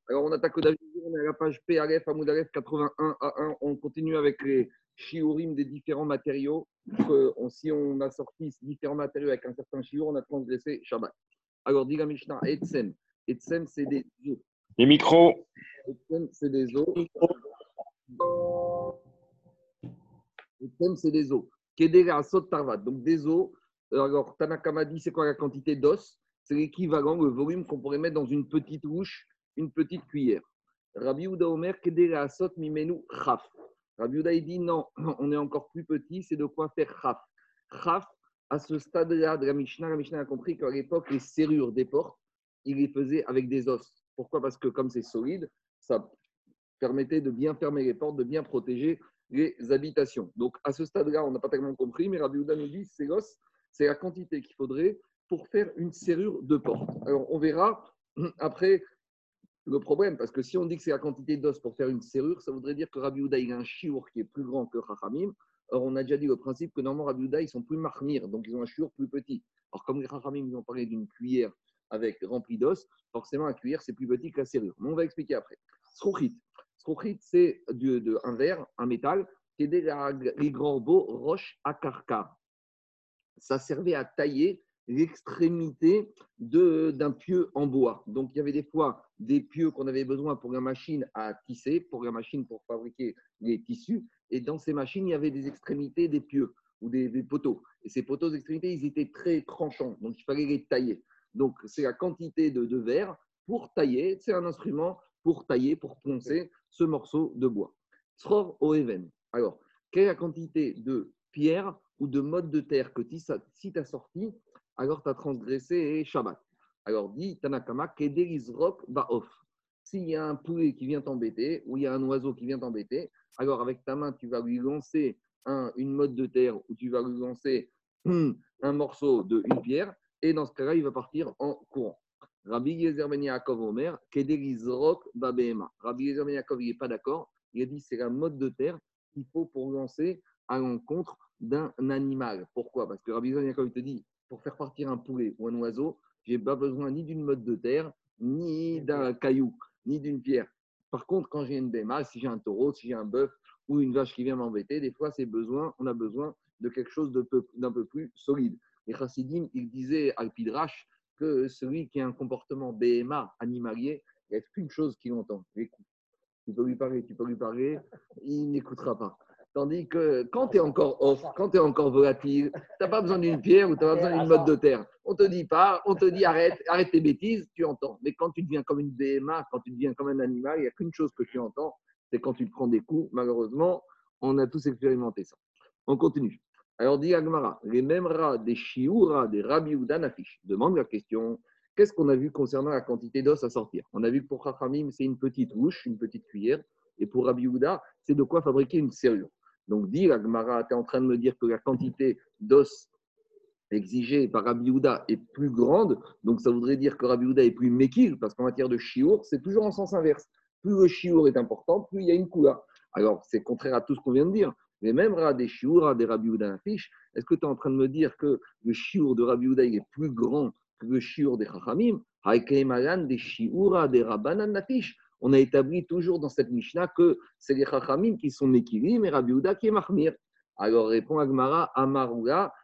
Alors, on attaque David, on est à la page P, Aleph, Hamoud Aleph 81 à 1. On continue avec les shiurim des différents matériaux. Si on a sorti différents matériaux avec un certain shiur, on a transgressé Shabbat. Alors, dit la Mishnah, Etsem. Etsem, c'est des os. Les micros. Etsem, c'est des os. Etsem, c'est des os. Kedera Asot Tarvat. Donc, des os. Alors, Tanakama dit, c'est quoi la quantité d'os? C'est l'équivalent, le volume qu'on pourrait mettre dans une petite louche, une petite cuillère. Rabbi Yehuda Omer, Kedera Asot Mimenu Chaf. Rabbi Yehuda, il dit non, on est encore plus petit, c'est de quoi faire Chaf. Chaf, à ce stade-là de la Mishnah a compris qu'à l'époque, les serrures des portes, il les faisait avec des os. Pourquoi? Parce que comme c'est solide, ça permettait de bien fermer les portes, de bien protéger les habitations. Donc, à ce stade-là, on n'a pas tellement compris, mais Rabbi Yehuda nous dit c'est l'os, c'est la quantité qu'il faudrait pour faire une serrure de porte. Alors, on verra après le problème, parce que si on dit que c'est la quantité d'os pour faire une serrure, ça voudrait dire que Rabbi Yehuda, il a un chiour qui est plus grand que Chachamim. Or, on a déjà dit le principe que normalement, Rabbi Yehuda, ils sont plus marmir, donc ils ont un chiour plus petit. Alors, comme les Chachamim, ils ont parlé d'une cuillère remplie d'os, forcément, la cuillère, c'est plus petit que la serrure. Mais on va expliquer après. Srouchit. Srouchit, c'est un verre, un métal, qui est les grands beaux roches à carcar. Ça servait à tailler l'extrémité d'un pieu en bois. Donc, il y avait des fois des pieux qu'on avait besoin pour la machine à tisser, pour la machine pour fabriquer les tissus. Et dans ces machines, il y avait des extrémités des pieux ou des poteaux. Et ces poteaux d'extrémité, ils étaient très tranchants. Donc, il fallait les tailler. Donc, c'est la quantité de verre pour tailler. C'est un instrument pour tailler, pour poncer ce morceau de bois. Sror au even. Alors, quelle est la quantité de pierre ou de mode de terre que si tu as sorti, alors tu as transgressé Shabbat. Alors dit Tanakama, Kederizrok Baof. S'il y a un poulet qui vient t'embêter, ou il y a un oiseau qui vient t'embêter, alors avec ta main, tu vas lui lancer une mode de terre, ou tu vas lui lancer un morceau d'une pierre, et dans ce cas-là, il va partir en courant. Rabbi Yezer Ben Yaakov Omer, Kederizrok Babehema. Rabbi Yezer Ben Yaakov, il n'est pas d'accord. Il a dit c'est la mode de terre qu'il faut pour lancer à l'encontre d'un animal. Pourquoi? Parce que Rabbi Yezer te dit, pour faire partir un poulet ou un oiseau, je n'ai pas besoin ni d'une motte de terre, ni d'un caillou, ni d'une pierre. Par contre, quand j'ai une béma, si j'ai un taureau, si j'ai un bœuf ou une vache qui vient m'embêter, des fois, on a besoin de quelque chose d'un peu plus solide. Les chassidim, ils disaient à Pidrash que celui qui a un comportement BMA animalier, il n'y a qu'une chose qu'il entend, les coups. Tu peux lui parler, il n'écoutera pas. Tandis que quand tu es encore off, quand tu es encore volatile, tu n'as pas besoin d'une pierre ou tu n'as pas besoin d'une motte de terre. On te dit pas, on te dit arrête tes bêtises, tu entends. Mais quand tu deviens comme une BMA, quand tu deviens comme un animal, il n'y a qu'une chose que tu entends, c'est quand tu te prends des coups. Malheureusement, on a tous expérimenté ça. On continue. Alors dit Agmara, les mêmes rats des Shiura, des Rabbi Yehuda Nafish. Demande la question. Qu'est-ce qu'on a vu concernant la quantité d'os à sortir? On a vu que pour Chachamim, c'est une petite louche, une petite cuillère. Et pour Rabbi Yehuda, c'est de quoi fabriquer une serrure. Donc, dit la Gemara, tu es en train de me dire que la quantité d'os exigée par Rabbi Yehuda est plus grande. Donc, ça voudrait dire que Rabbi Yehuda est plus mékil, parce qu'en matière de chiour, c'est toujours en sens inverse. Plus le chiour est important, plus il y a une coula. Alors, c'est contraire à tout ce qu'on vient de dire. Mais même des chiours, des Rabbi Yehuda Nafish, est-ce que tu es en train de me dire que le chiour de Rabbi Yehuda est plus grand que le chiour des Chachamim? Des chiours, des Rabbanan Nafish. On a établi toujours dans cette Mishnah que c'est les Chachamim qui sont Mekilim et Rabbi Yehuda qui est Mahmir. Alors répond Agmara, Amaroula,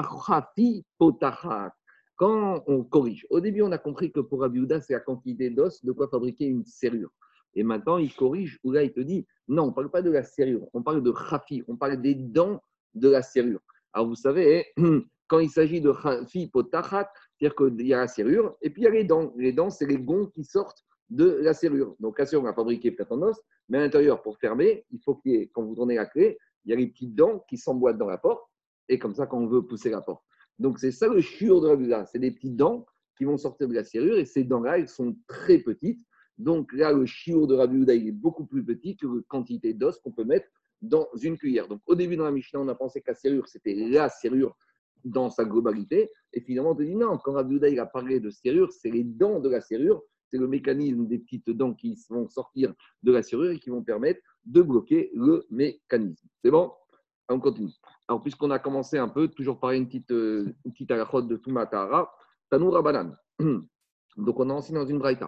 Achafi Potachat. Quand on corrige, au début on a compris que pour Rabbi Yehuda, c'est la quantité d'os de quoi fabriquer une serrure. Et maintenant il corrige, où là il te dit, non, on ne parle pas de la serrure, on parle de Chafi, on parle des dents de la serrure. Alors vous savez, quand il s'agit de Chafi Potachat, c'est-à-dire qu'il y a la serrure et puis il y a les dents. Les dents, c'est les gonds qui sortent de la serrure. Donc, la serrure, on a fabriqué peut-être en os, mais à l'intérieur, pour fermer, il faut qu'il y ait, quand vous tournez la clé, il y a les petites dents qui s'emboîtent dans la porte, et comme ça, quand on veut pousser la porte. Donc, c'est ça le chiur de Rabbi Yehuda. C'est des petites dents qui vont sortir de la serrure, et ces dents-là, elles sont très petites. Donc, là, le chiur de Rabbi Yehuda, il est beaucoup plus petit que la quantité d'os qu'on peut mettre dans une cuillère. Donc, au début, dans la Mishnah, on a pensé que la serrure, c'était la serrure dans sa globalité. Et finalement, on te dit non, quand Rabbi Yehuda, il a parlé de serrure, c'est les dents de la serrure, c'est le mécanisme des petites dents qui vont sortir de la serrure et qui vont permettre de bloquer le mécanisme. C'est bon? On continue. Alors, puisqu'on a commencé un peu, toujours par une petite halachot de Tumatara, Tanou Rabanan. Donc, on a enseigné dans une braïta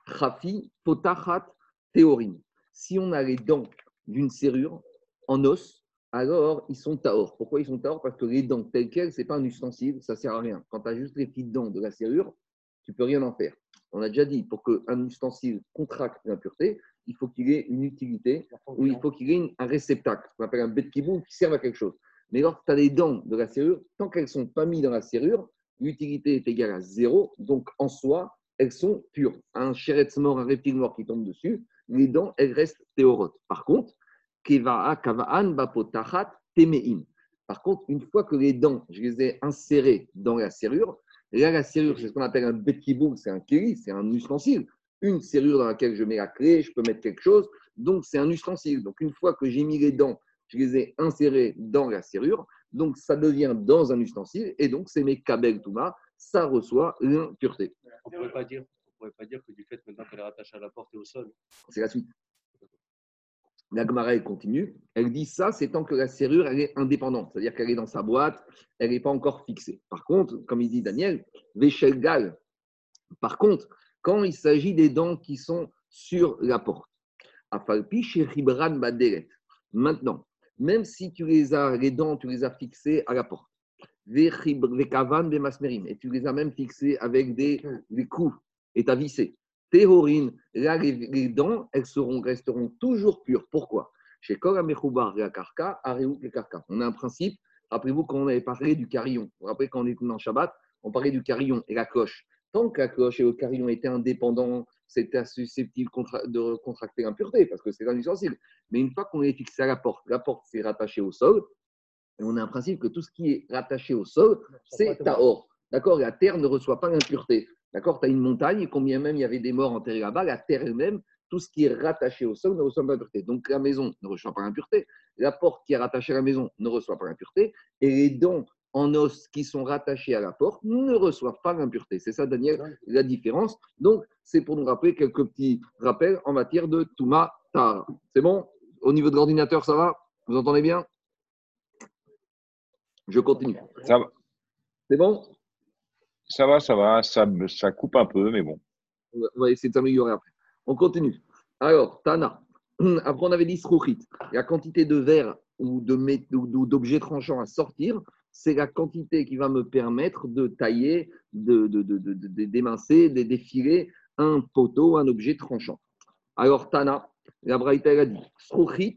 Chafi, potachat, théorine. Si on a les dents d'une serrure en os, alors ils sont taor. Pourquoi ils sont taor? Parce que les dents telles quelles, ce n'est pas un ustensile, ça ne sert à rien. Quand tu as juste les petites dents de la serrure, tu ne peux rien en faire. On a déjà dit, pour qu'un ustensile contracte l'impureté, il faut qu'il ait une utilité ou il faut qu'il ait un réceptacle, ce qu'on appelle un bet kibou, qui serve à quelque chose. Mais lorsque tu as les dents de la serrure, tant qu'elles ne sont pas mises dans la serrure, l'utilité est égale à zéro. Donc, en soi, elles sont pures. Un chéretz mort, un reptile mort qui tombe dessus, les dents, elles restent théorotes. Par contre, keva'a kava'an bapotachat teme'in. Par contre, une fois que les dents, je les ai insérées dans la serrure, là, la serrure, c'est ce qu'on appelle un betkiboul, c'est un keli, c'est un ustensile. Une serrure dans laquelle je mets la clé, je peux mettre quelque chose, donc c'est un ustensile. Donc, une fois que j'ai mis les dents, je les ai insérées dans la serrure, donc ça devient dans un ustensile, et donc c'est mes kabel touma, ça reçoit l'impureté. On ne pourrait pas dire que du fait maintenant qu'elle est rattachée à la porte et au sol. C'est la suite. La Gemara, elle continue. Elle dit ça, c'est tant que la serrure, elle est indépendante. C'est-à-dire qu'elle est dans sa boîte, elle n'est pas encore fixée. Par contre, comme il dit Daniel, Véchelgal, par contre, quand il s'agit des dents qui sont sur la porte, Afalpi chez Ribran Baderet. Maintenant, même si tu les as, les dents, tu les as fixées à la porte, Vekavan, Vemasmerim, et tu les as même fixées avec des clous, et tu as vissé. Théorine, là, les dents, resteront toujours pures. Pourquoi? Chez Koramechoubar, la Karka, Areouk, les Karka. On a un principe, rappelez-vous quand on avait parlé du carillon. Vous vous rappelez quand on était dans Shabbat, on parlait du carillon et la cloche. Tant que la cloche et le carillon étaient indépendants, c'était susceptible de contracter l'impureté, parce que c'est un ustensile. Mais une fois qu'on est fixé à la porte s'est rattachée au sol, et on a un principe que tout ce qui est rattaché au sol, c'est tahor. D'accord? La terre ne reçoit pas l'impureté. D'accord? Tu as une montagne, et combien même il y avait des morts enterrés là-bas, la terre elle-même, tout ce qui est rattaché au sol ne reçoit pas l'impureté. Donc la maison ne reçoit pas l'impureté, la porte qui est rattachée à la maison ne reçoit pas l'impureté, et les dents en os qui sont rattachées à la porte ne reçoivent pas l'impureté. C'est ça, Daniel, la différence. Donc, c'est pour nous rappeler quelques petits rappels en matière de Touma Tar. C'est bon? Au niveau de l'ordinateur, ça va? Vous entendez bien? Je continue. Ça va, C'est bon? ça coupe un peu, mais bon. On va essayer de s'améliorer après. On continue. Alors, Tana. Après, on avait dit Srouchit. La quantité de verre ou d'objets tranchants à sortir, c'est la quantité qui va me permettre de tailler, d'émincer, de défiler un poteau, un objet tranchant. Alors, Tana, la Braïta, elle a dit Srouchit,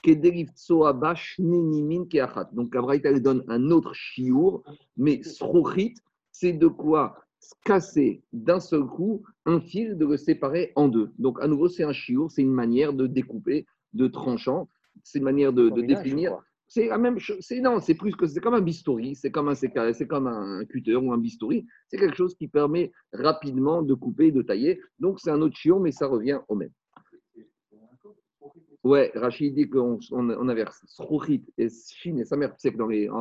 donc la Braïta, elle donne un autre chiour, mais Srouchit, c'est de quoi casser d'un seul coup un fil, de le séparer en deux. Donc, à nouveau, c'est un chiour, c'est une manière de découper, de tranchant, c'est une manière de définir. C'est la même chose. Non, c'est plus que c'est comme un bistouri, c'est comme un cutter ou un bistouri. C'est quelque chose qui permet rapidement de couper, de tailler. Donc, c'est un autre chiour, mais ça revient au même. Ouais, Rachid dit qu'on inverse. Srouchit et Shin et sa mère, c'est que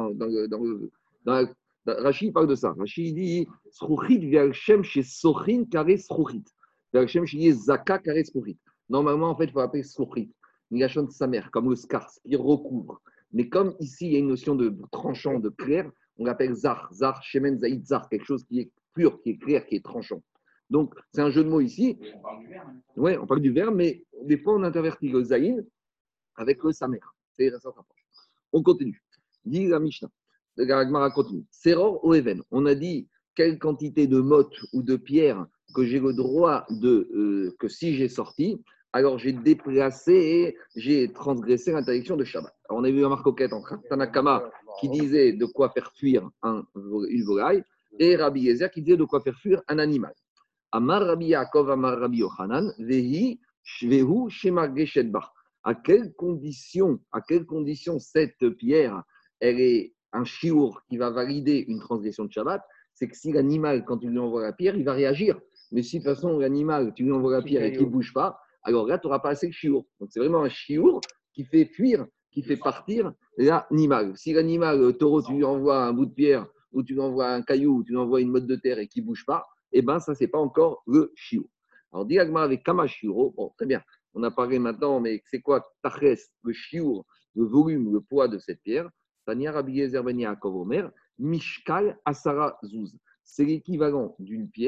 Rachid parle de ça. Rachid dit Srouchit via Shem chez Sochin carré Srouchit. Via Shem chez Zaka carré Srouchit. Normalement, en fait, il faut appeler Srouchit. Nigashon de sa mère, comme le scar, qui recouvre. Mais comme ici, il y a une notion de tranchant, de clair, on l'appelle Zar. Zar, Shemen Zaïd Zar, quelque chose qui est pur, qui est clair, qui est tranchant. Donc, c'est un jeu de mots ici. Oui, on parle du verbe, mais des fois, on intervertit le zaïn avec le samer. C'est ça s'approche. On continue. Dit la Mishnah. Le Gemara continue. Seror ou even. On a dit quelle quantité de mottes ou de pierres que j'ai le droit que si j'ai sorti, alors j'ai déplacé, j'ai transgressé l'interdiction de Shabbat. Alors, on a vu un marcoquette entre Tanakama qui disait de quoi faire fuir une volaille et Rabbi Yezer qui disait de quoi faire fuir un animal. Amar Rabbi Yaakov, Amar Rabbi Yochanan, Vehi, Shvehu, Shema Geshetbach. À quelles conditions cette pierre, elle est un chiour qui va valider une transgression de Shabbat? C'est que si l'animal, quand tu lui envoies la pierre, il va réagir. Mais si de toute façon, l'animal, tu lui envoies la pierre et qu'il ne bouge pas, alors là, tu n'auras pas assez de chiour. Donc, c'est vraiment un chiour qui fait fuir, qui fait partir l'animal. Si l'animal, taureau, tu lui envoies un bout de pierre, ou tu lui envoies un caillou, ou tu lui envoies une motte de terre et qu'il ne bouge pas, eh bien, ça, ce n'est pas encore le chiour. Alors, diagma avec Kama Shiuro, bon, très bien. On a parlé maintenant, mais c'est quoi Taches, le chiour, le volume, le poids de cette pierre? Tania Rabbi Yezer ben Yaakov Omer, Mishkal Asara Zuz. C'est l'équivalent d'une pierre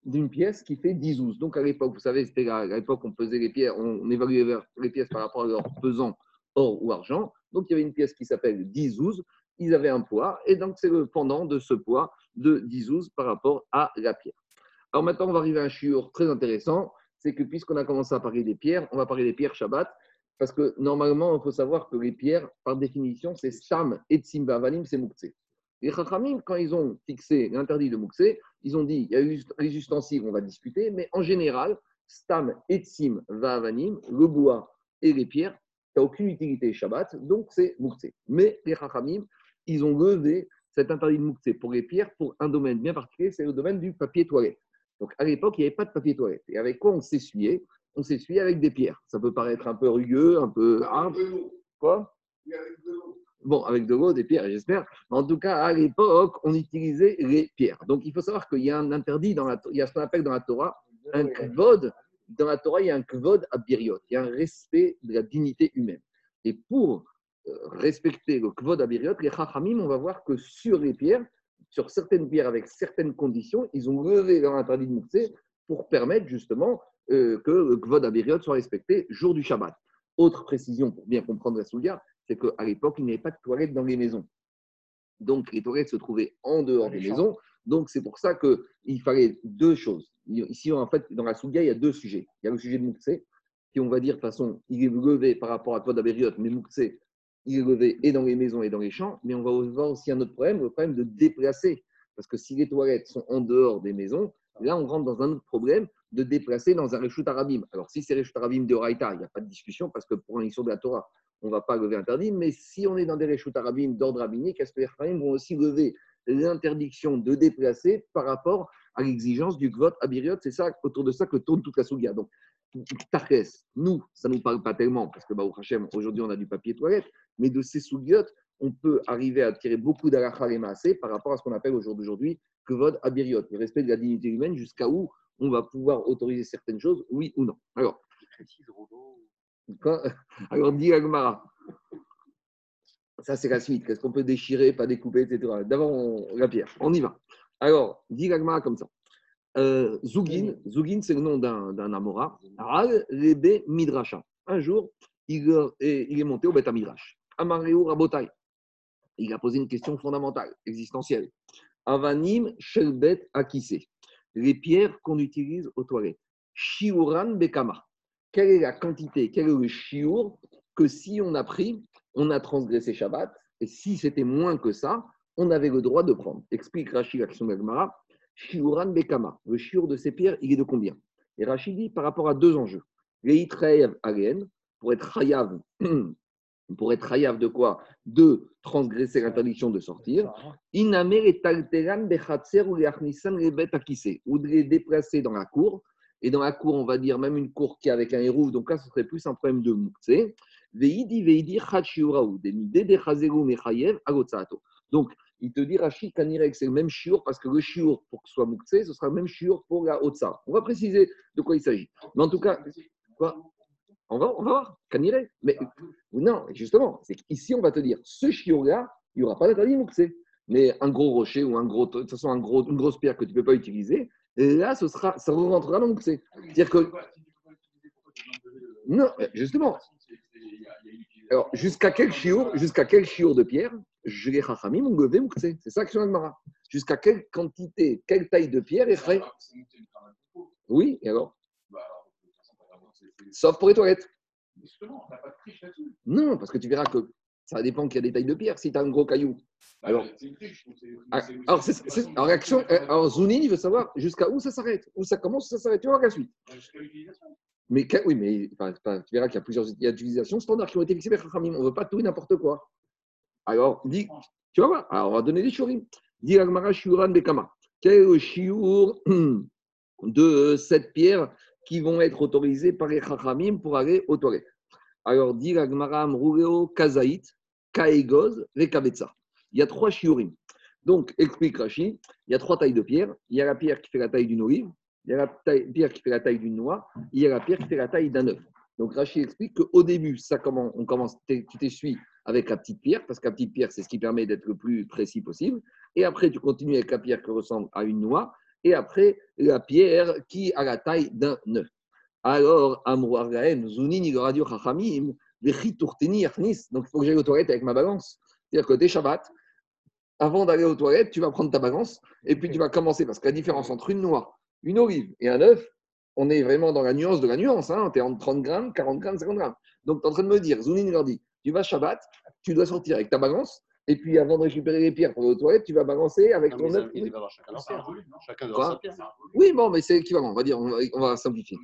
d'une pièce qui fait 10 ouz. Donc à l'époque, vous savez, c'était à l'époque on pesait les pierres, on évaluait les pièces par rapport à leur pesant or ou argent. Donc il y avait une pièce qui s'appelle 10 ouz. Ils avaient un poids et donc c'est le pendant de ce poids de 10 ouz par rapport à la pierre. Alors maintenant, on va arriver à un shiur très intéressant, c'est que puisqu'on a commencé à parler des pierres, on va parler des pierres Shabbat, parce que normalement, il faut savoir que les pierres, par définition, c'est Stam et Tsimba Avalim, c'est Mouktsé. Les Chachamim, quand ils ont fixé l'interdit de Mouktsé, ils ont dit, il y a eu les ustensiles, on va discuter, mais en général, Stam et Tsim Avalim, le bois et les pierres, ça n'a aucune utilité Shabbat, donc c'est Mouktsé. Mais les Chachamim, ils ont levé cet interdit de Mouktsé pour les pierres pour un domaine bien particulier, c'est le domaine du papier toilette. Donc, à l'époque, il n'y avait pas de papier toilette. Et avec quoi on s'essuyait? On s'essuyait avec des pierres. Ça peut paraître un peu rugueux, un peu hard. Quoi? Bon, avec de l'eau, des pierres, j'espère. En tout cas, à l'époque, on utilisait les pierres. Donc, il faut savoir qu'il y a un interdit, il y a ce qu'on appelle dans la Torah un kvod. Dans la Torah, il y a un kvod à biriot. Il y a un respect de la dignité humaine. Et pour respecter le kvod à biriot, les chachamim, on va voir que sur les pierres, sur certaines pierres avec certaines conditions, ils ont levé leur interdit de mouktsé pour permettre justement que le kvod à biriot soit respecté jour du Shabbat. Autre précision pour bien comprendre la souga, c'est qu'à l'époque, il n'y avait pas de toilettes dans les maisons. Donc, les toilettes se trouvaient en dehors des maisons. Donc, c'est pour ça qu'il fallait deux choses. Ici, en fait, dans la Souga, il y a deux sujets. Il y a le sujet de Mouktsé, qui, on va dire, de toute façon, il est levé par rapport à toi d'Abériot, mais Mouktsé, il est levé et dans les maisons et dans les champs. Mais on va voir aussi un autre problème, le problème de déplacer. Parce que si les toilettes sont en dehors des maisons, là, on rentre dans un autre problème de déplacer dans un Réchout Arabim. Alors, si c'est Réchout Arabim de Raïta, il n'y a pas de discussion, parce que pour un issue de la Torah, on ne va pas lever interdit, mais si on est dans des réchout arabim d'ordre rabbinique, est-ce que les Chachamim vont aussi lever l'interdiction de déplacer par rapport à l'exigence du Kvot Abiriot? C'est ça, autour de ça que tourne toute la Sougia. Donc, Tarkes, nous, ça ne nous parle pas tellement, parce que, Baruch Hashem, aujourd'hui, on a du papier toilette, mais de ces Sougiot, on peut arriver à tirer beaucoup d'alachar et maasé par rapport à ce qu'on appelle aujourd'hui Kvot Abiriot, le respect de la dignité humaine, jusqu'à où on va pouvoir autoriser certaines choses, oui ou non. Alors, alors, dit Agmara. Ça, c'est la suite. Qu'est-ce qu'on peut déchirer, pas découper, etc. D'abord, la pierre. On y va. Alors, dit Agmara comme ça. Zougin, c'est le nom d'un Amora. Al Rebe Midrasha. Un jour, il est monté au Beth Midrash. Amareu Rabotai. Il a posé une question fondamentale, existentielle. Avanim Shelbet Akise. Les pierres qu'on utilise aux toilettes. Shiuran Bekama. Quelle est la quantité, quel est le shiur que si on a pris, on a transgressé Shabbat, et si c'était moins que ça, on avait le droit de prendre. Explique Rachid l'action d'Agmara, shiuran bekama. Le shiur de ces pierres, il est de combien? Et Rachid dit par rapport à deux enjeux. Leitreev alen, pour être hayav, de quoi? De transgresser l'interdiction de sortir. Inamer et talteran bechatser ou les achnisan les bêtes akissé, ou de les déplacer dans la cour. Et dans la cour, on va dire même une cour qui est avec un hérouf, donc là, ce serait plus un problème de mouktsé. Donc, il te dit, Rachid, Kanirek, c'est le même shiur, parce que le shiur, pour que ce soit mouktsé, ce sera le même shiur pour la otsa. On va préciser de quoi il s'agit. Mais en tout cas, quoi? On va voir, Kanirek. Mais non, justement, c'est qu'ici, on va te dire, ce shiur-là, il n'y aura pas d'interdit mouktsé. Mais un gros rocher ou de toute façon, une grosse pierre que tu ne peux pas utiliser, et là, ça rentrera dans mouktsé. C'est-à-dire que. Non, justement. Alors, jusqu'à quel chiour de pierre les chachamim ont levé mouktsé? C'est ça que je viens de dire. Jusqu'à quelle quantité, quelle taille de pierre est frais? Oui, et alors? Sauf pour les toilettes. Non, parce que tu verras que ça dépend qu'il y a des tailles de pierre. Si tu as un gros caillou. Alors, alors Zounin, il veut savoir jusqu'à où ça s'arrête, où ça commence, où ça s'arrête. Tu vois la suite. Mais oui, mais tu verras qu'il y a plusieurs utilisations standards qui ont été fixées par Chachamim. On ne veut pas tout et n'importe quoi. Alors, tu vas voir. Alors, on va donner des shiurim. Dis Agmara shiuran bekama. Quel est le shiur de cette pierre qui vont être autorisées par les Chachamim pour aller aux toilettes? Alors, dit Agmara amrureo kazaït, kaegoz, rekabetza. Il y a trois shiurim. Donc, explique Rachid, il y a trois tailles de pierre. Il y a la pierre qui fait la taille d'une olive, il y a la pierre qui fait la taille d'une noix, il y a la pierre qui fait la taille d'un œuf. Donc, Rachid explique qu'au début, on commence, tu t'essuies avec la petite pierre, parce que la petite pierre, c'est ce qui permet d'être le plus précis possible. Et après, tu continues avec la pierre qui ressemble à une noix. et après la pierre qui a la taille d'un œuf. Alors, Amrouar Gaën, Zounin, il aura dit au Chachamim, Vechi Tourteni Yachnis. Donc, il faut que j'aille aux toilettes avec ma balance. C'est-à-dire que t'es Shabbat, avant d'aller aux toilettes, tu vas prendre ta balance et puis tu vas commencer. Parce que la différence entre une noix, une olive et un œuf, on est vraiment dans la nuance de la nuance. Hein. Tu es entre 30 grammes, 40 grammes, 50 grammes. Donc, tu es en train de me dire, Zounin leur dit, tu vas Shabbat, tu dois sortir avec ta balance. Et puis, avant de récupérer les pierres pour aller aux toilettes, tu vas balancer avec Non, ton mais œuf. il va avoir chacun leur pierre. Chacun doit Quoi avoir sa pierre. Oui, bon, mais c'est équivalent. On va dire, on va simplifier.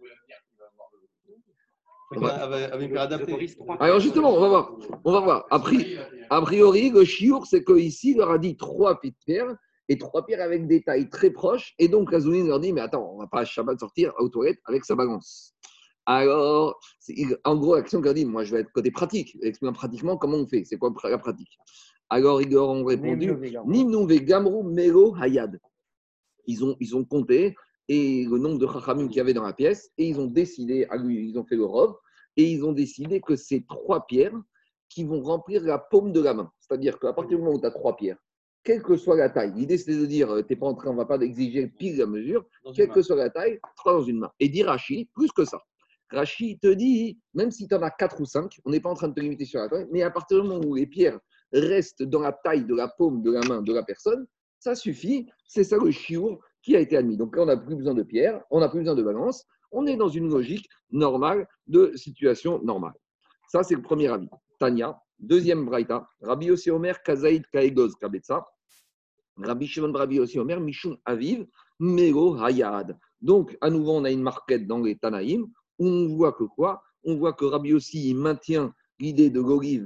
Avec une pierre adaptée. Alors justement, on va voir. On va voir. A priori, le chiour, c'est qu'ici, il leur a dit 3 pierres et 3 pierres avec des tailles très proches. Et donc, Azoulin leur dit, mais attends, on ne va pas à Shabbat sortir aux toilettes avec sa balance. Alors, en gros, l'action qu'il a dit, moi, je vais être côté pratique. Explique pratiquement comment on fait. C'est quoi la pratique? Alors, ils leur ont répondu, Nimnou Gamrou Melo Hayad. Ils ont compté et le nombre de chachamim qu'il y avait dans la pièce et ils ont décidé, ils ont fait le rov et ils ont décidé que c'est 3 pierres qui vont remplir la paume de la main. C'est-à-dire qu'à partir du moment où tu as 3 pierres, quelle que soit la taille, l'idée c'est de dire, t'es pas en train, on ne va pas exiger pile la mesure, quelle que soit la taille, 3 dans une main. Et dit Rashi, plus que ça. Rashi te dit, même si tu en as 4 ou 5, on n'est pas en train de te limiter sur la taille, mais à partir du moment où les pierres restent dans la taille de la paume de la main de la personne, ça suffit, c'est ça le chiour qui a été admis. Donc là, on n'a plus besoin de pierre, on n'a plus besoin de balance, on est dans une logique normale de situation normale. Ça, c'est le premier avis. Tania, deuxième braïta, Rabbi Yossi Omer, Kazaïd, Kaegoz, Kabetza, Rabbi Shimon, Rabbi Yossi Omer, Mishum Aviv, Mero Hayad. Donc, à nouveau, on a une marquette dans les Tanaïm, où on voit que quoi? On voit que Rabbi Yossi maintient l'idée de l'olive,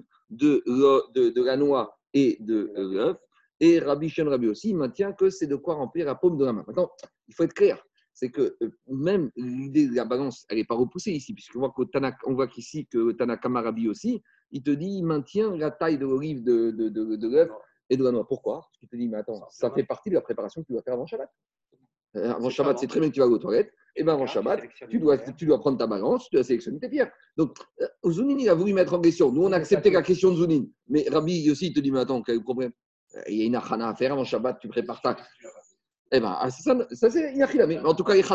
de la noix et de l'œuf. Et Rabbi Shimon Rabbi aussi maintient que c'est de quoi remplir la paume de la main. Maintenant, il faut être clair, c'est que même l'idée de la balance, elle n'est pas repoussée ici, puisqu'on voit, on voit qu'ici que Tanakama Rabbi aussi, il te dit, il maintient la taille de l'olive, de l'œuf et de la noix. Pourquoi? Parce qu'il te dit, mais attends, ça fait partie de la préparation que tu dois faire avant Shabbat. Avant Shabbat, c'est très bien que tu vas aux toilettes. Et bien avant Shabbat, tu dois prendre ta balance, tu dois sélectionner tes pierres. Donc, Zounin, il a voulu mettre en question. Nous, on a accepté la question de Zounin. Mais Rabbi aussi, il te dit, mais attends, quel problème? Il y a une achana à faire avant Shabbat, tu prépares ta. Eh bien, ça c'est une achila. Mais en tout cas, les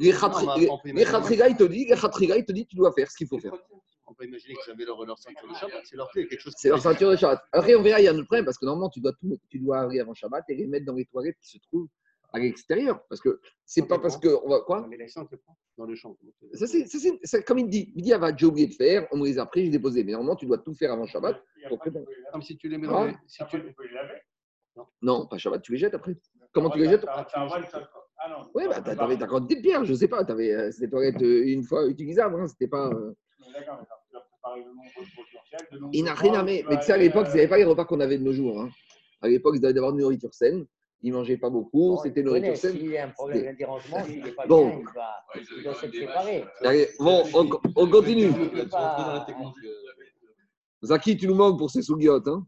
khatriga, il te dit, tu dois faire ce qu'il faut faire. On peut imaginer qu'ils avaient leur ceinture de Shabbat, c'est leur clé, quelque chose. C'est leur ceinture de Shabbat. Après, on verra, il y a un autre problème, parce que normalement, tu dois arriver avant Shabbat et les mettre dans les toilettes qui se trouvent à l'extérieur. Parce que c'est pas parce que. On va, quoi? Mais les champs, dans le champ. C'est comme il dit, ah, j'ai oublié de faire, on me les a pris, j'ai déposé. Mais normalement, tu dois tout faire avant Shabbat. Comme si tu les mets dans les. Non, pas Shabbat, tu les jettes après. Comment tu les jettes? Oui, bah, t'avais ta quantité de pierre, je sais pas. C'était toilette une fois utilisable, hein, c'était pas. Il n'a rien à mettre. Mais tu sais, à l'époque, ils n'avaient pas les repas qu'on avait de nos jours. Hein. À l'époque, ils avaient d'avoir une nourriture saine. Ils ne mangeaient pas beaucoup, c'était une nourriture saine. S'il y a un problème de dérangement, s'il n'est pas bon. bien, il doit se préparer. Allez, bon, on continue. Zaki, tu nous manques pour ces sougiotes. Hein.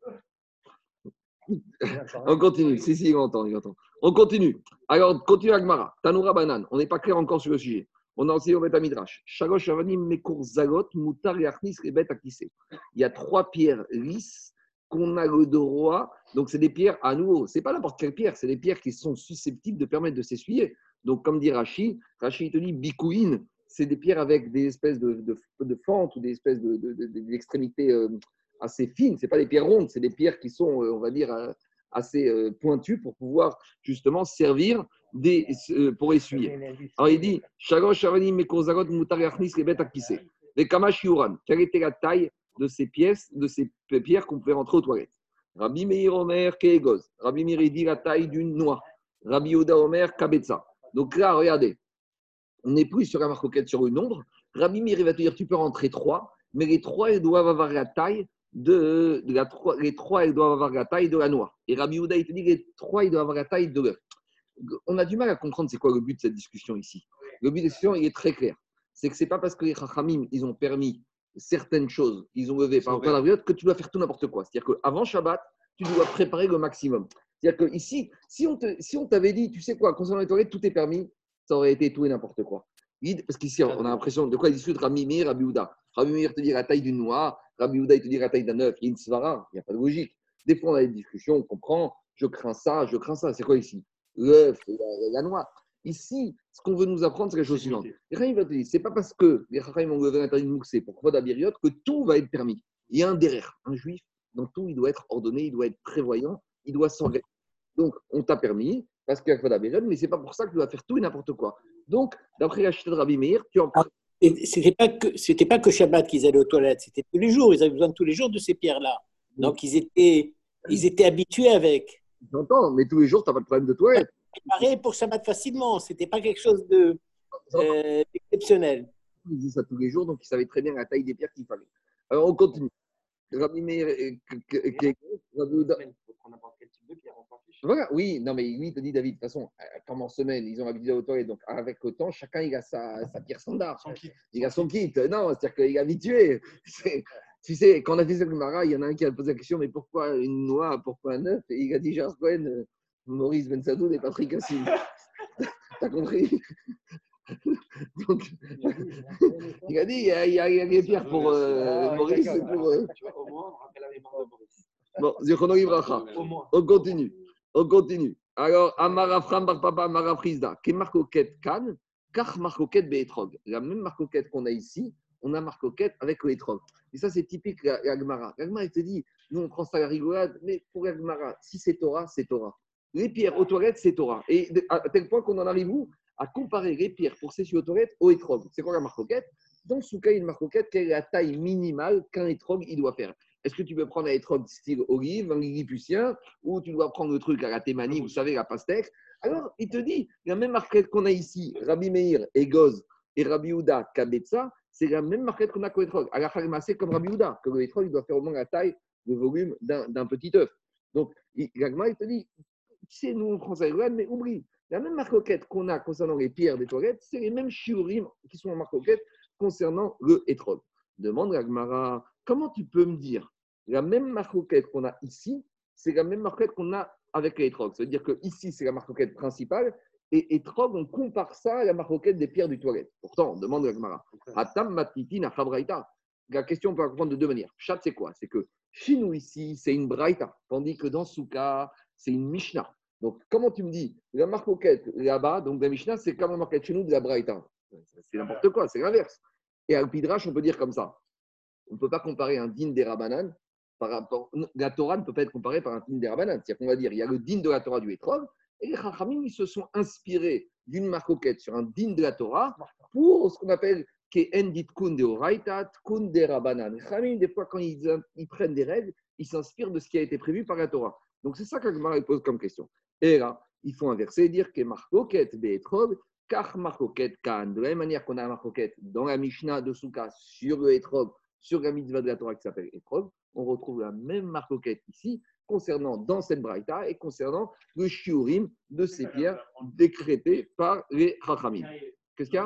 On continue. Si, il entend. On continue. Alors, continue Agmara. Tanoura Banan. On n'est pas clair encore sur le sujet. On a enseigné au Beth Midrash. Shalosh Avanim Mekour Zagot, Moutar et Achnis et Beth Akissé. Il y a 3 pierres lisses qu'on a le droit. Donc, c'est des pierres à nouveau. Ce n'est pas n'importe quelle pierre. C'est des pierres qui sont susceptibles de permettre de s'essuyer. Donc, comme dit Rashi, il te dit Bikouin. C'est des pierres avec des espèces de fentes ou des espèces d'extrémités assez fines. Ce n'est pas des pierres rondes. C'est des pierres qui sont, on va dire, assez pointues pour pouvoir justement servir pour essuyer. Alors il dit Shagosh Shavanim Mekozagot Mutari Achnis Rebet Akise. Les Kamash Yuran. Quelle était la taille de ces pièces, de ces pierres qu'on pouvait rentrer aux toilettes? Rabbi Meir Omer Keegoz. Rabbi Meir dit la taille d'une noix. Rabbi Yehuda Omer Kabetza. Donc là, regardez, on n'est plus sur la marcoquette sur une nombre. Rabbi Meir va te dire tu peux rentrer 3, mais les 3 elles doivent avoir la taille les 3 elles doivent avoir la taille de la noix. Et Rabbi Yehuda il te dit les 3 ils doivent avoir la taille de l'œuf. On a du mal à comprendre c'est quoi le but de cette discussion ici. Le but de cette discussion, il est très clair. C'est que ce n'est pas parce que les Chachamim, ils ont permis certaines choses, ils ont levé par rapport à la que tu dois faire tout n'importe quoi. C'est-à-dire qu'avant Shabbat, tu dois préparer le maximum. C'est-à-dire qu'ici, si on t'avait dit, tu sais quoi, concernant les toilettes, tout est permis, ça aurait été tout et n'importe quoi. Parce qu'ici, on a l'impression de quoi il discute Rabbi Meir, Rabbi Yehuda. Rabbi Meir te dit la taille d'une noix, Rabbi Yehuda il te dit la taille d'un œuf, il y a une svara, il n'y a pas de logique. Des fois, on a des discussions, on comprend, je crains ça, c'est quoi ici? l'œuf, la noix. Ici, ce qu'on veut nous apprendre, c'est la chose suivante. Les Chachamim vont te dire, c'est pas parce que les Chachamim ont levé l'interdit de moukser pour Kvod Abiriot que tout va être permis. Il y a un derrière, un juif, dans tout, il doit être ordonné, il doit être prévoyant, il doit s'engager. Donc, on t'a permis, parce qu'il y a Kvod Abiriot, mais c'est pas pour ça que tu dois faire tout et n'importe quoi. Donc, d'après la chita de Rabbi Meir, tu en Ah, et c'était pas que Shabbat qu'ils allaient aux toilettes, c'était tous les jours. Ils avaient besoin tous les jours de ces pierres-là. Donc ils étaient habitués avec. J'entends, mais tous les jours, tu n'as pas de problème de toilette. Préparés pour Shabbat facilement. C'était pas quelque chose d'exceptionnel. Ils disaient ça tous les jours, donc ils savaient très bien la taille des pierres qu'il fallait. Alors, on continue. Rabbi Meir, Rabbi Ouda- Il faut prendre n'importe quel type de pierre, on s'en fiche. Voilà, oui, non, mais lui, il te dit, David, de toute façon, comme en semaine, ils ont habitué aux toilettes, donc avec le temps, chacun, il a sa pierre standard. Il a son kit. Non, c'est-à-dire qu'il est habitué. Tu sais, quand on a fait ce Gemara, il y en a un qui a posé la question, mais pourquoi une noix, pourquoi un œuf? Et il a dit, Gérard Cohen, Maurice Ben Sadoun et Patrick Hassim. T'as compris? Donc, il a dit, il y a des pierres pour Maurice et pour... Tu vois, au moins, on rappelle la mémoire de Maurice. Bon, Zichrono Ibracha. Au moins. On continue. Alors, Amara Fram Bar Papa, Amara Frisda, qui marcoquette Kan, car marcoquette Beetrog. La même marcoquette qu'on a ici, on a marcoquette avec le Etrog. Et ça, c'est typique la Gemara. La Gemara, elle te dit, nous, on prend ça à la rigolade, mais pour la Gemara, si c'est Torah, c'est Torah. Les pierres aux toilettes, c'est Torah. Et à tel point qu'on en arrive où? À comparer les pierres pour sécher aux toilettes au Etrog. C'est quoi la marcoquette? Dans ce cas, une marcoquette, quelle est la taille minimale qu'un Etrog il doit faire? Est-ce que tu peux prendre un Etrog style olive, un lilliputien, ou tu dois prendre le truc à la thémanie, vous savez, la pastèque? Alors, il te dit, la même marquette qu'on a ici, Rabbi Meir et Goz et Rabbi Houda, Kabetza, c'est la même marquette qu'on a qu'au Etrog. À la c'est comme Rabbi Houda, que le Etrog, il doit faire au moins la taille, le volume d'un petit œuf. Donc, Gagma, il te dit, tu sais, nous, on prend ça, mais oublie, la même marcoquette qu'on a concernant les pierres des toilettes, c'est les mêmes shiurim qui sont en marcoquette concernant le Etrog. Demande à Gmara, comment tu peux me dire la même marcoquette qu'on a ici, c'est la même marcoquette qu'on a avec les Etrog? Ça veut dire que ici, c'est la marcoquette principale, et Etrog, on compare ça à la marcoquette des pierres du toilette. Pourtant, on demande à Gmara, Atam Matitin Achabraïta. La question, on peut la comprendre de deux manières. Chat, c'est quoi? C'est que chez nous, ici, c'est une Braïta, tandis que dans Souka, c'est une Mishnah. Donc, comment tu me dis, la marcoquette là-bas, donc la Mishnah, c'est comme la marcoquette chez nous de la Braïta. C'est n'importe quoi, c'est l'inverse. Et à Pidrash, on peut dire comme ça. On ne peut pas comparer un din des Rabbanan par rapport. La Torah ne peut pas être comparée par un din des Rabbanan. C'est-à-dire qu'on va dire, il y a le din de la Torah du Etrog, et les Chachamim, ils se sont inspirés d'une marcoquette sur un din de la Torah pour ce qu'on appelle Ke'en dit kun de Oraita, kun de Rabbanan. Les Chachamim, des fois, quand ils prennent des règles, ils s'inspirent de ce qui a été prévu par la Torah. Donc, c'est ça que Gemara pose comme question. Et là, il faut inverser et dire que marcoquette be'etrog, car marcoquette kan. De la même manière qu'on a la marcoquette dans la Mishnah de Souka sur le etrog, sur la mitzvah de la Torah qui s'appelle etrog, on retrouve la même marcoquette ici concernant dans cette braïta et concernant le shiurim de ces pierres décrétées par les chachamim. Qu'est-ce qu'il y a?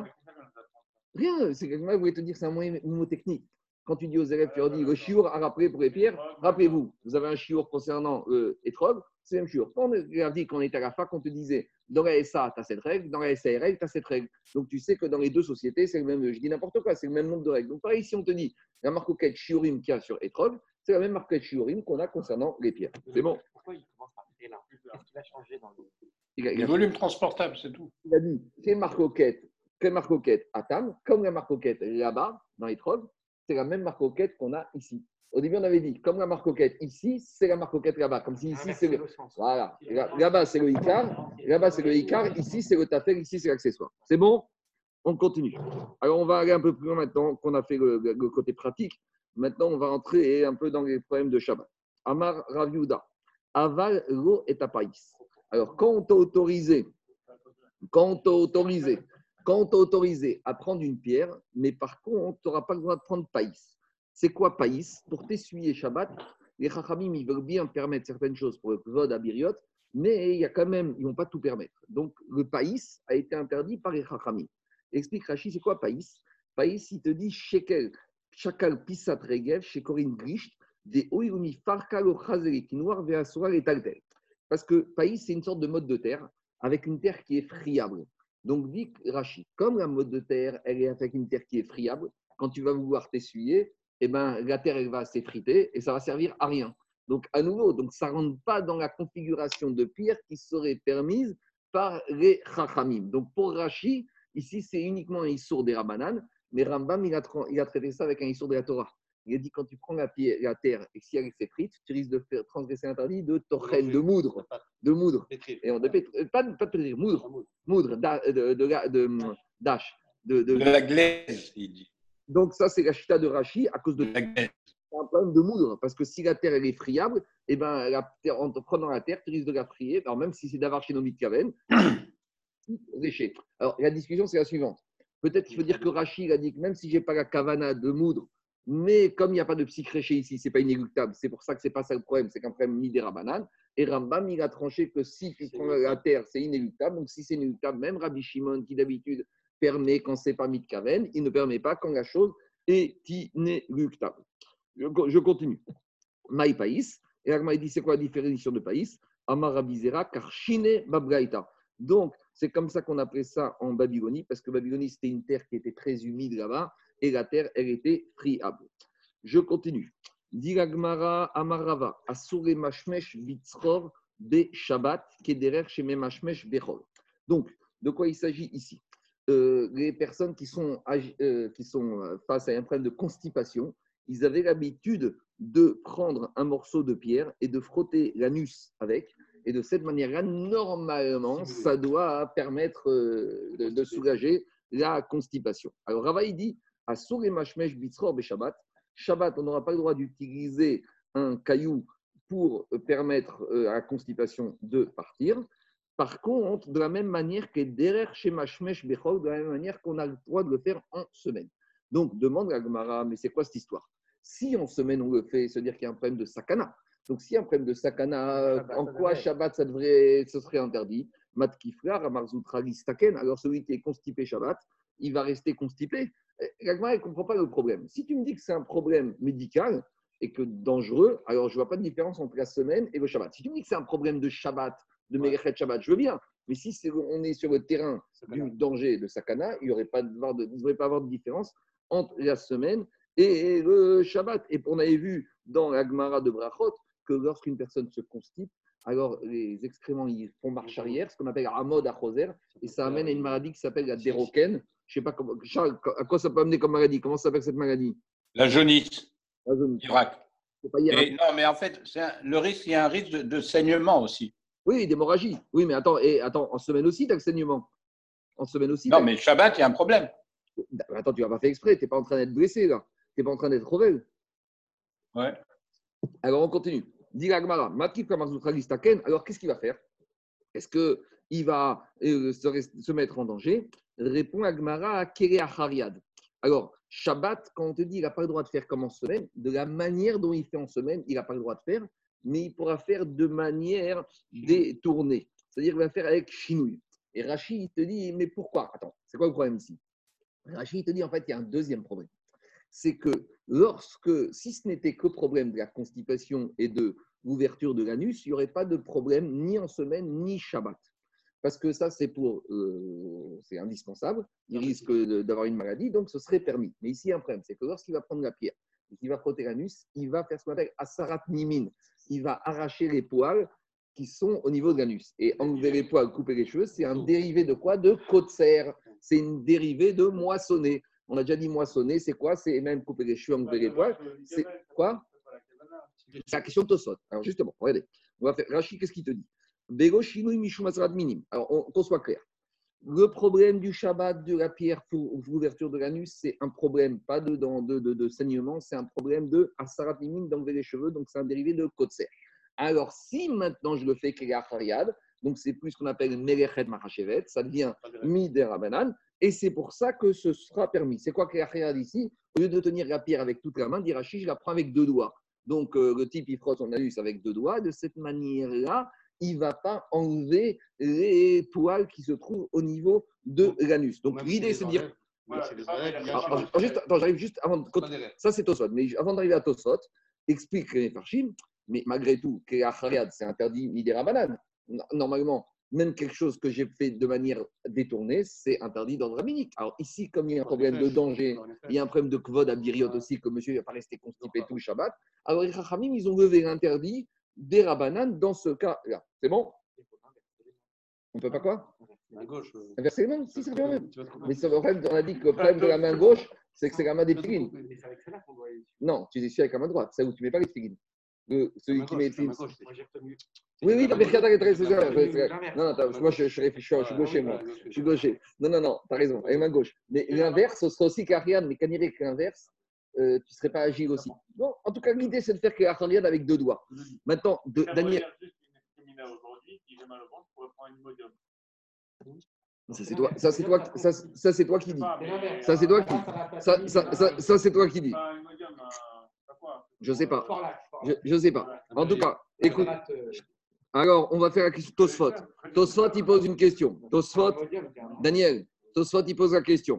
Rien. C'est quelqu'un qui voulait te dire c'est un moyen mnémotechnique. Quand tu dis aux élèves, tu leur dis le shiur à rappeler pour les pierres, rappelez-vous, vous avez un shiur concernant etrog, c'est le même shiur. Quand on a dit qu'on était à la fac, on te disait dans la SA, tu as cette règle, dans la SARL, tu as cette règle. Donc tu sais que dans les deux sociétés, c'est le même, je dis n'importe quoi, c'est le même nombre de règles. Donc pareil, si on te dit la marcoquette shiurim qu'il y a sur etrog, c'est la même marcoquette shiurim qu'on a concernant les pierres. C'est bon? Pourquoi il commence par créer là? Qu'est-ce qu'il a changé dans le. Les volumes transportables, c'est tout. Il a dit quelle marcoquette Atam, comme la marcoquette là-bas, dans etrog, c'est la même marcoquette qu'on a ici. Au début, on avait dit, comme la marcoquette ici, c'est la marcoquette là-bas. Comme si ici, c'est le. Voilà. Là-bas, c'est le Icar. Là-bas, c'est le Icar. Ici, c'est le Tafel. Ici, c'est l'accessoire. C'est bon? On continue. Alors, on va aller un peu plus loin maintenant qu'on a fait le côté pratique. Maintenant, on va entrer un peu dans les problèmes de Shabbat. Amar Raviuda. Aval lo et tapaïs. Alors, quand on t'a autorisé à prendre une pierre, mais par contre, tu n'auras pas le droit de prendre païs. C'est quoi païs? Pour t'essuyer Shabbat, les Chachamim, ils veulent bien permettre certaines choses pour le Kvod Abiriot, mais il y a quand même, ils ne vont pas tout permettre. Donc, le païs a été interdit par les Chachamim. Explique Rashi, c'est quoi païs? Païs, il te dit shekel, shakal pisat regev, shekorin grisht, des oirumi farkal o chazeri, qui noir ve'asura et taltel. Parce que païs, c'est une sorte de mode de terre, avec une terre qui est friable. Donc, dit Rashi, comme la mode de terre, elle est avec une terre qui est friable, quand tu vas vouloir t'essuyer, eh ben, la terre elle va s'effriter et ça va servir à rien. Donc, à nouveau, ça ne rentre pas dans la configuration de pierre qui serait permise par les Chachamim. Donc pour Rashi, ici, c'est uniquement un Issour des Rabbanan, mais Rambam, il a traité ça avec un Issour de la Torah. Il a dit quand tu prends la terre et si elle est frite, tu risques de faire transgresser l'interdit de tochen, de moudre. De moudre. Et on devait, pas de pétrir, moudre. Moudre, d'âche. De la glaise, il dit. Donc ça, c'est la chita de Rashi à cause de la glaise. C'est un problème de moudre. Parce que si la terre elle est friable, eh ben, en te prenant la terre, tu risques de la frier. Alors même si c'est d'avoir chez nos mitkaven, léché. Alors la discussion, c'est la suivante. Peut-être qu'il faut dire que Rashi a dit que même si je n'ai pas la kavana de moudre, mais comme il n'y a pas de psychréché ici, ce n'est pas inéluctable. C'est pour ça que ce n'est pas ça le problème, c'est qu'un problème ni des Rabbanan. Et Rambam, il a tranché que si tu prends la terre, c'est inéluctable. Donc si c'est inéluctable, même Rabbi Shimon, qui d'habitude permet quand ce n'est pas mitkaven, il ne permet pas quand la chose est inéluctable. Je continue. Maï Païs. Et Agma dit c'est quoi la définition de Païs? Amar Rabizera, car Shine Babgaïta. Donc, c'est comme ça qu'on appelait ça en Babylonie, parce que Babylonie, c'était une terre qui était très humide là-bas, et la terre, elle était friable. Je continue. Diragmara Amarava, Asure Mashmesh Bitzror Be Shabbat, Kederer Sheme Mashmesh Bechol. Donc, de quoi il s'agit ici? Les personnes qui sont face à un problème de constipation, ils avaient l'habitude de prendre un morceau de pierre et de frotter l'anus avec. Et de cette manière-là, normalement, ça doit permettre de soulager la constipation. Alors, Rava, il dit, à Souré Mashmesh Bitzror Be Shabbat, Shabbat, on n'aura pas le droit d'utiliser un caillou pour permettre à la constipation de partir. Par contre, de la même manière que derrière chez Mashmesh Bechol, de la même manière qu'on a le droit de le faire en semaine. Donc, demande à Gemara, mais c'est quoi cette histoire? Si en semaine on le fait, c'est-à-dire qu'il y a un problème de sakana. Donc, s'il y a un problème de sakana, en quoi Shabbat, ce serait interdit? Matkifra, Ramarzoutra, Listaken. Alors, celui qui est constipé Shabbat, il va rester constipé. L'Agmara, elle ne comprend pas le problème. Si tu me dis que c'est un problème médical et que dangereux, alors je ne vois pas de différence entre la semaine et le Shabbat. Si tu me dis que c'est un problème de Shabbat, de Melechet Shabbat, je veux bien. Mais si on est sur le terrain du danger de sakana, il ne devrait pas avoir de différence entre la semaine et le Shabbat. Et on avait vu dans la Gemara de Brachot que lorsqu'une personne se constipe, alors les excréments ils font marche arrière, ce qu'on appelle Amod Achoser, et ça amène à une maladie qui s'appelle la déroquène. Je ne sais pas comment, Charles, à quoi ça peut amener comme maladie? Comment ça s'appelle cette maladie? La jaunisse. La jaunisse. Irak. Non, mais en fait, le risque, il y a un risque de saignement aussi. Oui, d'hémorragie. Oui, mais attends, en semaine aussi, tu as le saignement. En semaine aussi. Non, mais Shabbat, il y a un problème. Attends, tu n'as pas fait exprès, tu n'es pas en train d'être blessé, là. Tu n'es pas en train d'être revel. Ouais. Alors, on continue. Dit l'Agmara, Matkif Kamazoutra Listaken, alors qu'est-ce qu'il va faire? Est-ce qu'il va se mettre en danger? Répond Agmara à Kere Achariad. Alors, Shabbat, quand on te dit qu'il n'a pas le droit de faire comme en semaine, de la manière dont il fait en semaine, il n'a pas le droit de faire, mais il pourra faire de manière détournée. C'est-à-dire qu'il va faire avec chinouille. Et Rachid, il te dit, mais pourquoi? Attends, c'est quoi le problème ici? Rachid, il te dit, en fait, il y a un deuxième problème. C'est que si ce n'était que problème de la constipation et de l'ouverture de l'anus, il n'y aurait pas de problème ni en semaine, ni Shabbat. Parce que ça, c'est indispensable. Il risque d'avoir une maladie, donc ce serait permis. Mais ici, il y a un problème, c'est que lorsqu'il va prendre la pierre et qu'il va frotter l'anus, il va faire ce qu'on appelle asarat nimin. Il va arracher les poils qui sont au niveau de l'anus. Et enlever les poils, couper les cheveux, c'est un dérivé de quoi? De kotser. C'est une dérivée de moissonner. On a déjà dit moissonner, c'est quoi? C'est même couper les cheveux, enlever les poils. C'est quoi? C'est la question de Tosot. Alors justement, regardez. On va faire. Rachid, qu'est-ce qu'il te dit? Alors, qu'on soit clair. Le problème du Shabbat, de la pierre pour l'ouverture de l'anus, c'est un problème, pas de saignement, c'est un problème de asarat nimin, d'enlever les cheveux, donc c'est un dérivé de kotser. Alors, si maintenant je le fais qu'il y a Hariad, donc c'est plus ce qu'on appelle Melechet Machachevet, ça devient Mider Rabanan, et c'est pour ça que ce sera permis. C'est quoi qu'il y a Hariad ici? Au lieu de tenir la pierre avec toute la main, dire Rachi, je la prends avec deux doigts. Donc, le type, il frotte son anus avec deux doigts. De cette manière-là, il ne va pas enlever les poils qui se trouvent au niveau de l'anus. Donc, l'idée, c'est de dire. J'arrive juste avant de. Ça, c'est Tosot. Mais avant d'arriver à Tosot, explique les Farshim, mais malgré tout, que la Hariad, c'est interdit Midera Banane. Normalement, même quelque chose que j'ai fait de manière détournée, c'est interdit dans le rabbinique. Alors ici, comme il y a un problème de danger, il y a un problème de kvod à Biriot aussi, que monsieur ne va pas rester constipé tout le Shabbat, alors les Chachamim, ils ont levé l'interdit des Rabbanan dans ce cas-là. C'est bon? On ne peut pas quoi? Main gauche. Inverser les mains? Si, ça revient au même. Tu vas te couper. Mais le problème, on a dit que le problème de la main gauche, c'est que c'est la main des filines. Mais c'est avec celle-là qu'on doit. Non, tu essuies avec la main droite, c'est où tu ne mets pas les filines. Celui qui met les filines. Moi, j'ai retenu. Oui, oui, t'as bien regardé, c'est ça. L'inverse. Non, non, parce que moi, je réfléchis, je suis gaucher, moi. Je suis gaucher. Non, t'as raison, avec main gauche. Mais l'inverse, ce serait aussi qu'Ariane, mais quand il y que l'inverse, tu ne serais pas agile aussi. Bon, en tout cas, l'idée, c'est de faire qu'Ariane avec deux doigts. Maintenant, Daniel. Ça, c'est toi, ça, c'est toi qui dis. Ça, c'est toi qui dis. Ça, c'est toi qui dis. Je ne sais pas. Je ne sais pas. En tout cas, écoute. Alors, on va faire la question Tosfot. Tosfot, il pose une question. Tosfot, Daniel, Tosfot, il pose la question.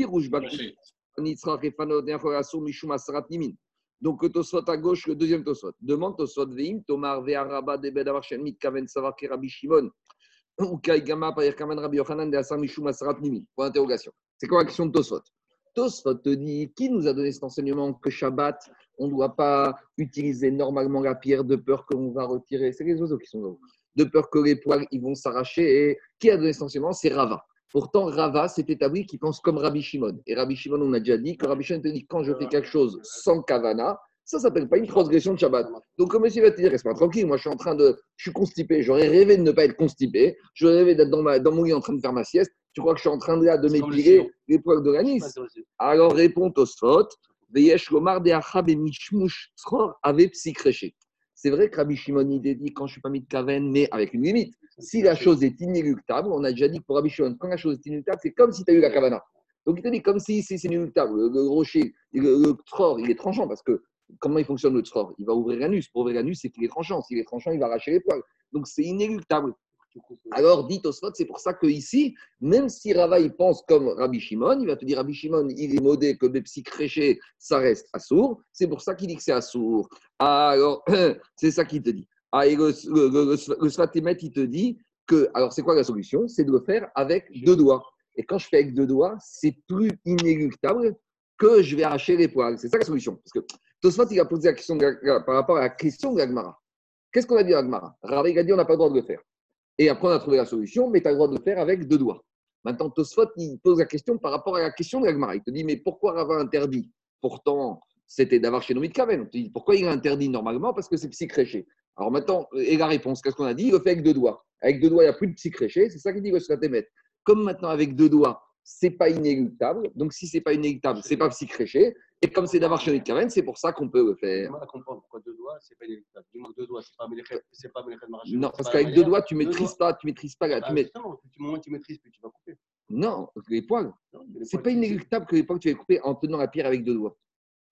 Donc, Tosfot à gauche, le deuxième Tosfot. Demande Tosfot Veim, Tomar Ve'araba de Bedavar Shelmit Kaven Savar Kerabi Shimon. Ou Kaigama Payer Kaman Rabbi Yochanan de Asar Mishum Asrat Nimi. Point d'interrogation. C'est quoi la question de Tosfot? Tosfot te dit qui nous a donné cet enseignement que Shabbat, on ne doit pas utiliser normalement la pierre de peur qu'on va retirer. C'est les oiseaux qui sont là. De peur que les poils ils vont s'arracher. Et qui a donné cet enseignement? C'est Rava. Pourtant, Rava s'est établi qui pense comme Rabbi Shimon. Et Rabbi Shimon, on a déjà dit que Rabbi Shimon te dit quand je fais quelque chose sans kavana, ça ne s'appelle pas une transgression de Shabbat. Donc, comme monsieur va te dire, reste pas tranquille, moi je suis constipé, j'aurais rêvé de ne pas être constipé, j'aurais rêvé d'être dans mon lit en train de faire ma sieste, tu crois que je suis en train de m'épiler les poils de l'anis? Alors répond Tosfot, Veyesh Lomar de Achab et Mishmush Sror avait psychréché. C'est vrai que Rabbi Shimon il dit quand je ne suis pas mis de kaven, mais avec une limite. Si la chose est inéluctable, on a déjà dit que pour Rabbi Shimon, quand la chose est inéluctable, c'est comme si tu as eu la kavana. Donc il te dit comme si c'est inéluctable. Le rocher, le Sror, il est tranchant parce que comment il fonctionne le tzror? Il va ouvrir l'anus. Pour ouvrir l'anus, c'est qu'il est tranchant. S'il est tranchant, il va arracher les poils. Donc, c'est inéluctable. Alors, dit Tosfot, c'est pour ça qu'ici, même si Rava il pense comme Rabbi Shimon, il va te dire Rabbi Shimon, il est modé que Bepsi créché, ça reste assour. C'est pour ça qu'il dit que c'est assour. Alors, c'est ça qu'il te dit. Ah, et le Svatémet, il te dit que, alors, c'est quoi la solution? C'est de le faire avec deux doigts. Et quand je fais avec deux doigts, c'est plus inéluctable que je vais arracher les poils. C'est ça la solution. Parce que Tosfot, il a posé la question par rapport à la question de la Gemara. Qu'est-ce qu'on a dit à la Gemara? Ravi a dit on n'a pas le droit de le faire. Et après, on a trouvé la solution, mais tu as le droit de le faire avec deux doigts. Maintenant, Tosfot, il pose la question par rapport à la question de la Gemara. Il te dit, mais pourquoi Rava interdit? Pourtant, c'était d'avoir chez Nomit Kaven. On te dit, pourquoi il a interdit normalement? Parce que c'est psychréché. Alors maintenant, et la réponse, qu'est-ce qu'on a dit? Il le fait avec deux doigts. Avec deux doigts, il n'y a plus de psychréché. C'est ça qu'il dit le Svatémet. Comme maintenant, avec deux doigts, c'est pas inéluctable. Donc, si c'est pas inéluctable, c'est pas psychréché. Et comme c'est d'avoir chez Karen, c'est pour ça qu'on peut le faire. On va comprendre pourquoi deux doigts, c'est pas inéluctable. Du moins, deux doigts, c'est pas Mélechet Maraché. Non, parce qu'avec deux doigts, tu ne maîtrises pas. Justement, du moment que tu maîtrises, puis tu vas couper. Non, les poils. C'est pas inéluctable que les poils, tu vas couper en tenant la pierre avec deux doigts.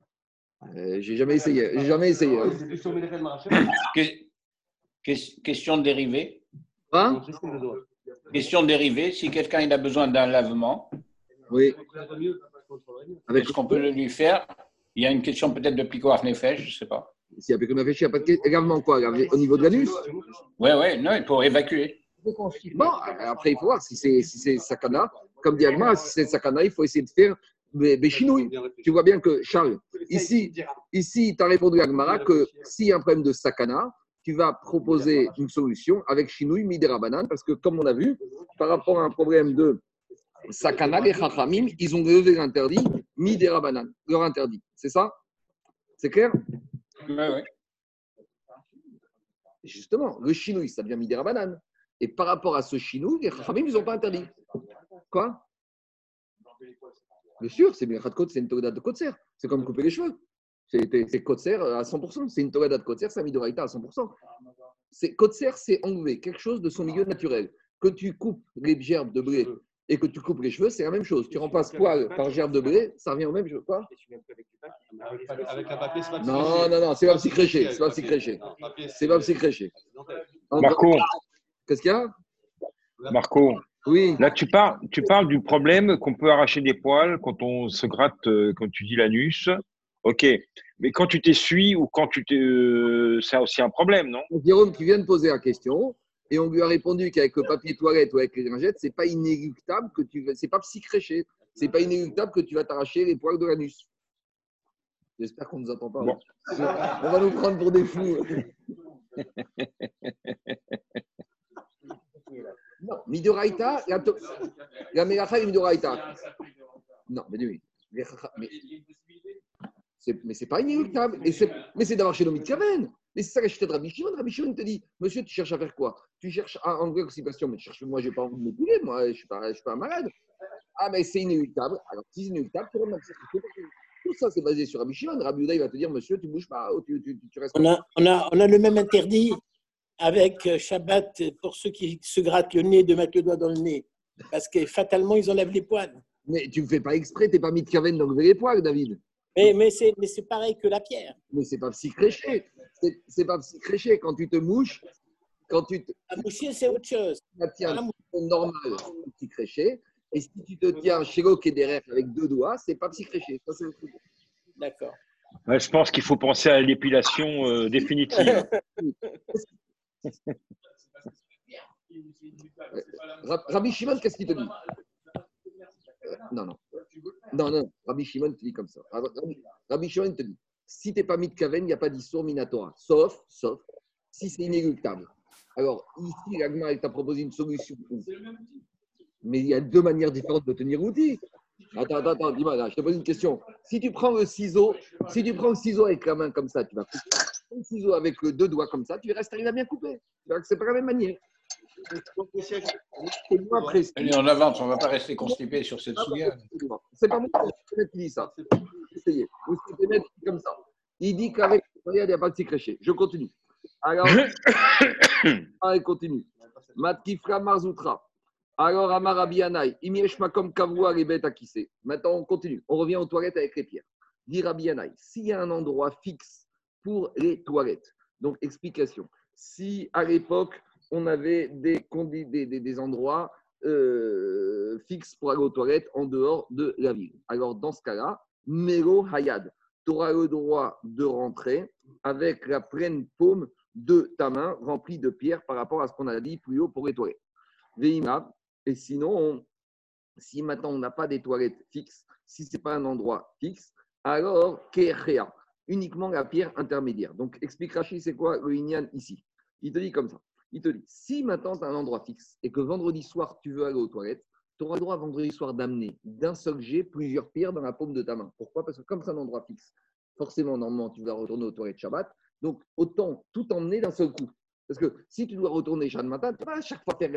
J'ai jamais essayé. C'est plus sur Mélechet Maraché. Question dérivée. Hein? Question dérivée. Si quelqu'un il a besoin d'un lavement, oui. Est-ce qu'on peut le lui faire? Il y a une question peut-être de Pikoach Nefesh, je ne sais pas. S'il y a Pikoach Nefesh, il n'y a pas de question. Également quoi? Au niveau de l'anus? Oui, non, pour évacuer. Bon, après, il faut voir si c'est sakana. Comme dit Agma, si c'est sakana, il faut essayer de faire des chinouilles. Tu vois bien que, Charles, ici tu as répondu à Agmara que s'il y a un problème de sakana, tu vas proposer une solution avec chinouille midera banane, parce que comme on a vu, par rapport à un problème de sakana, les chachamim, ils ont levé l'interdit, midera banane, leur interdit. C'est ça? C'est clair? Oui. Justement, le chinouille, ça devient midera banane. Et par rapport à ce chinouille, les chachamim, ils n'ont pas interdit. Quoi? Bien sûr, c'est une toga de kotser. C'est comme couper les cheveux. C'est kotser à 100%. C'est une toga de kotser, c'est un midoraïta à 100%. Kotser, c'est enlever quelque chose de son milieu naturel. Que tu coupes les gerbes de blé et que tu coupes les cheveux, c'est la même chose. Tu remplaces poil par gerbe de blé, ça revient au même chose. Quoi? Avec un papier, c'est pas Non, c'est pas psychréché. C'est pas psychréché. C'est pas psychréché. Marco. Qu'est-ce qu'il y a? Marco. Oui. Là, tu parles du problème qu'on peut arracher des poils quand on se gratte, quand tu dis l'anus. Ok. Mais quand tu t'essuies ou quand c'est aussi un problème, non? Jérôme qui vient de poser la question. Et on lui a répondu qu'avec le papier toilette ou avec les lingettes, c'est pas inéluctable que c'est pas psychréché. C'est pas inéluctable que tu vas t'arracher les poils de l'anus. J'espère qu'on ne nous entend pas. Bon. On va nous prendre pour des fous. Non, Midoraïta, la Melacha est Midoraïta. Non, mais oui. Mais c'est pas inéluctable. Mais c'est d'avoir chez le Mitkaven. Mais c'est ça la chute de Rabbi Shimon. Rabbi Shimon te dit, monsieur, tu cherches à faire quoi? Tu cherches à enlever l'oxydation, mais tu cherches, moi, j'ai pas envie de me couler, moi, je suis pas un malade. Ah, mais c'est inéluctable. Alors, si c'est inéluctable, tu remarques. Tout ça, c'est basé sur Rabbi Shimon. Rabbi Uda, il va te dire, monsieur, tu bouges pas, tu restes. On a le même interdit avec Shabbat pour ceux qui se grattent le nez de mettre le doigt dans le nez. Parce que fatalement, ils enlèvent les poils. Mais tu ne fais pas exprès, tu n'es pas mis de Kaven d'enlever les poils, David. Mais c'est pareil que la pierre. Mais c'est pas psychréché. C'est pas psychréché. Quand tu te mouches, La moucher, c'est autre chose. tu tiens normal, c'est psychréché. Et si tu te tiens chez qui est derrière avec 2 doigts, c'est pas psychréché. Ça, c'est le truc. D'accord. Ouais, je pense qu'il faut penser à l'épilation définitive. Rabbi Shimon, qu'est-ce qu'il te dit? Non. Rabbi Shimon te dit comme ça. Rabbi Shimon te dit, si tu n'es pas mis de Kaven, il n'y a pas d'Issour Minatora. Sauf si c'est inéluctable. Alors, ici, l'Agma, il t'a proposé une solution. Mais il y a 2 manières différentes de tenir l'outil. Attends, dis-moi, là, je te pose une question. Si tu prends le ciseau avec la main comme ça, tu vas couper. Le ciseau avec 2 doigts comme ça, tu verras, tu arrives à bien couper. Tu verras que c'est pas la même manière. Allez, en avance, on ne va pas rester constipé sur cette souillure. C'est pas moi qui dit ça. Essayez. Vous pouvez mettre comme ça. Il dit qu'avec le il n'y a pas de secret. Je continue. Alors, il continue. Matkifra Marzoutra. Alors, Amar Rabbi Yanaï, Imiesh Makom Kavua Rebet Akissé. Maintenant, on continue. On revient aux toilettes avec les pierres. Dit Rabbi Yanaï, s'il y a un endroit fixe pour les toilettes, donc explication. Si à l'époque, on avait des endroits fixes pour aller aux toilettes en dehors de la ville. Alors, dans ce cas-là, Melo Hayad, tu auras le droit de rentrer avec la pleine paume de ta main remplie de pierres par rapport à ce qu'on a dit plus haut pour les toilettes. Veima, et sinon, si maintenant on n'a pas des toilettes fixes, si ce n'est pas un endroit fixe, alors Kechea, uniquement la pierre intermédiaire. Donc, explique Rachid, c'est quoi le Inyan ici? Il te dit comme ça. Il te dit, si maintenant tu as un endroit fixe et que vendredi soir tu veux aller aux toilettes, tu auras le droit vendredi soir d'amener d'un seul jet plusieurs pierres dans la paume de ta main. Pourquoi? Parce que comme c'est un endroit fixe, forcément, normalement, tu vas retourner aux toilettes Shabbat. Donc, autant tout emmener d'un seul coup. Parce que si tu dois retourner chaque matin, tu ne vas pas à chaque fois faire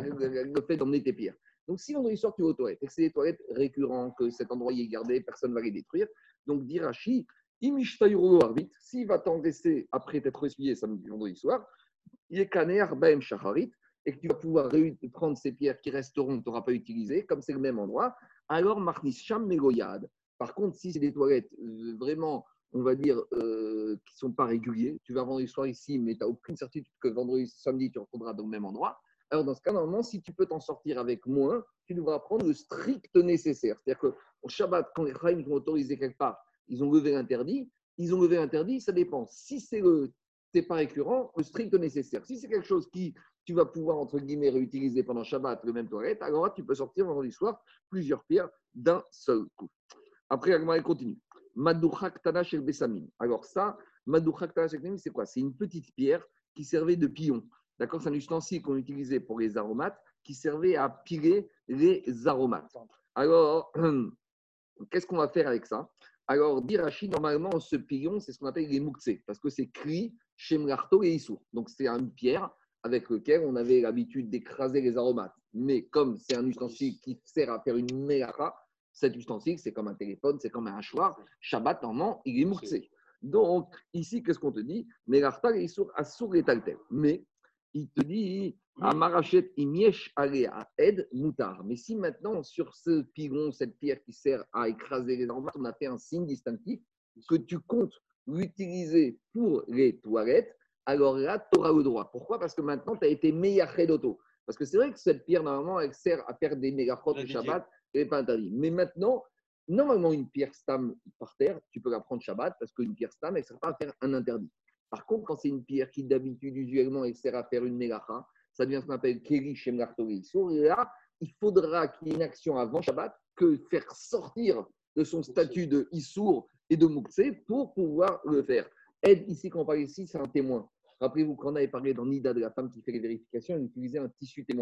le fait d'emmener tes pierres. Donc, si vendredi soir tu vas aux toilettes et que c'est des toilettes récurrentes, que cet endroit y est gardé, personne ne va les détruire, donc Dirachi, Imishtayuro Arvit, s'il va t'encaisser après t'être essuyé samedi, vendredi soir, il est Kaner Baem Shacharit, et que tu vas pouvoir prendre ces pierres qui resteront, que tu n'auras pas utilisées, comme c'est le même endroit, alors Marnis Sham Megoyad. Par contre, si c'est des toilettes vraiment, on va dire, qui ne sont pas réguliers, tu vas vendredi soir ici, mais tu n'as aucune certitude que vendredi, samedi, tu retourneras dans le même endroit. Alors, dans ce cas, normalement, si tu peux t'en sortir avec moins, tu devras prendre le strict nécessaire. C'est-à-dire qu'au Shabbat, quand les Chaim ont autorisé quelque part, ils ont levé l'interdit. Ils ont levé l'interdit, ça dépend. Si c'est pas récurrent, le strict nécessaire. Si c'est quelque chose qui tu vas pouvoir, entre guillemets, réutiliser pendant Shabbat, le même toilette, alors là, tu peux sortir vendredi soir plusieurs pierres d'un seul coup. Après, elle continue. Madouchak Tana Shel Besamim. Alors ça, Madouchak Tana Shel Besamim, c'est quoi? C'est une petite pierre qui servait de pilon. D'accord? C'est un ustensile qu'on utilisait pour les aromates qui servait à piler les aromates. Alors, qu'est-ce qu'on va faire avec ça? Alors, Dirachi, normalement, ce pilon, c'est ce qu'on appelle les mouktsé, parce que c'est cri, shemlarto et issour. Donc, c'est une pierre avec laquelle on avait l'habitude d'écraser les aromates. Mais comme c'est un ustensile qui sert à faire une mélacha, cet ustensile, c'est comme un téléphone, c'est comme un hachoir. Shabbat, normalement, il est mouktsé. Donc, ici, qu'est-ce qu'on te dit? Mélarta et issour, assour et taltel. Mais, il te dit, Amarachet imiesh alea ed mutar. Mais si maintenant, sur ce pilon, cette pierre qui sert à écraser les aromates, on a fait un signe distinctif que tu comptes l'utiliser pour les toilettes, alors là, tu auras le droit. Pourquoi? Parce que maintenant, tu as été meyachet d'auto. Parce que c'est vrai que cette pierre, normalement, elle sert à faire des mégachot de Shabbat, elle n'est pas interdite. Mais maintenant, normalement, une pierre stam par terre, tu peux la prendre Shabbat, parce qu'une pierre stam, elle ne sert pas à faire un interdit. Par contre, quand c'est une pierre qui, d'habitude, usuellement, elle sert à faire une mélacha, ça devient ce qu'on appelle Keri Shem Lartori. Là, il faudra qu'il y ait une action avant Shabbat que faire sortir de son statut de Issour et de Mouktsé pour pouvoir le faire. Aide, ici, quand on parle ici, c'est un témoin. Rappelez-vous qu'on avait parlé dans Nida de la femme qui fait les vérifications, elle utilisait un tissu témoin.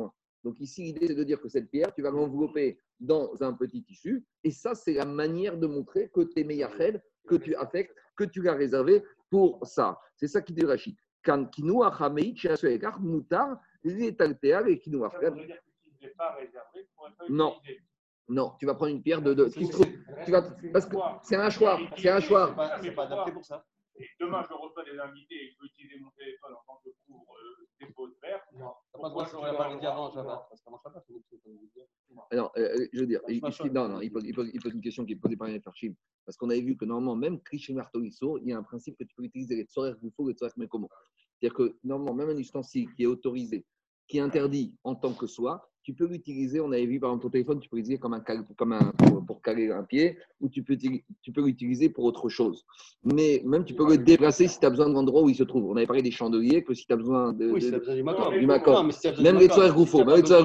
Donc ici, l'idée, c'est de dire que cette pierre, tu vas l'envelopper dans un petit tissu. Et ça, c'est la manière de montrer que tu es meyachel, que tu affectes, que tu l'as réservé pour ça. C'est ça qui dit Rachid. Quand Kinoua Hameit, chez Asuekar, Moutar, les Taltéal et Kinoua. Ça veut dire que tu ne l'es pas réservé pour être Non. utilisé. Non, tu vas prendre une pierre de qui se trouve. Parce que c'est un hachoir. C'est un hachoir. C'est pas adapté pour ça. Et demain, je reçois des invités et je peux utiliser mon téléphone en tant que couvre dépôt de verre. Non, pourquoi je n'aurais pas dit avant Shabbat? Parce qu'avant Shabbat, c'est Non, je veux dire, il pose une question qui est posée par les Farchim. Parce qu'on avait vu que normalement, même Krishna Artoriso, il y a un principe que tu peux utiliser les Tsorer Goufo et les Tsorer Mekomo. C'est-à-dire que normalement, même un ustensile qui est autorisé, qui est interdit en tant que soi, tu peux l'utiliser. On avait vu par exemple ton téléphone, tu peux l'utiliser pour caler un pied, ou tu peux l'utiliser pour autre chose. Mais même tu peux le déplacer si tu as besoin de l'endroit où il se trouve. On avait parlé des chandeliers, que si tu as besoin du Makor. Même les Tsorer Goufo.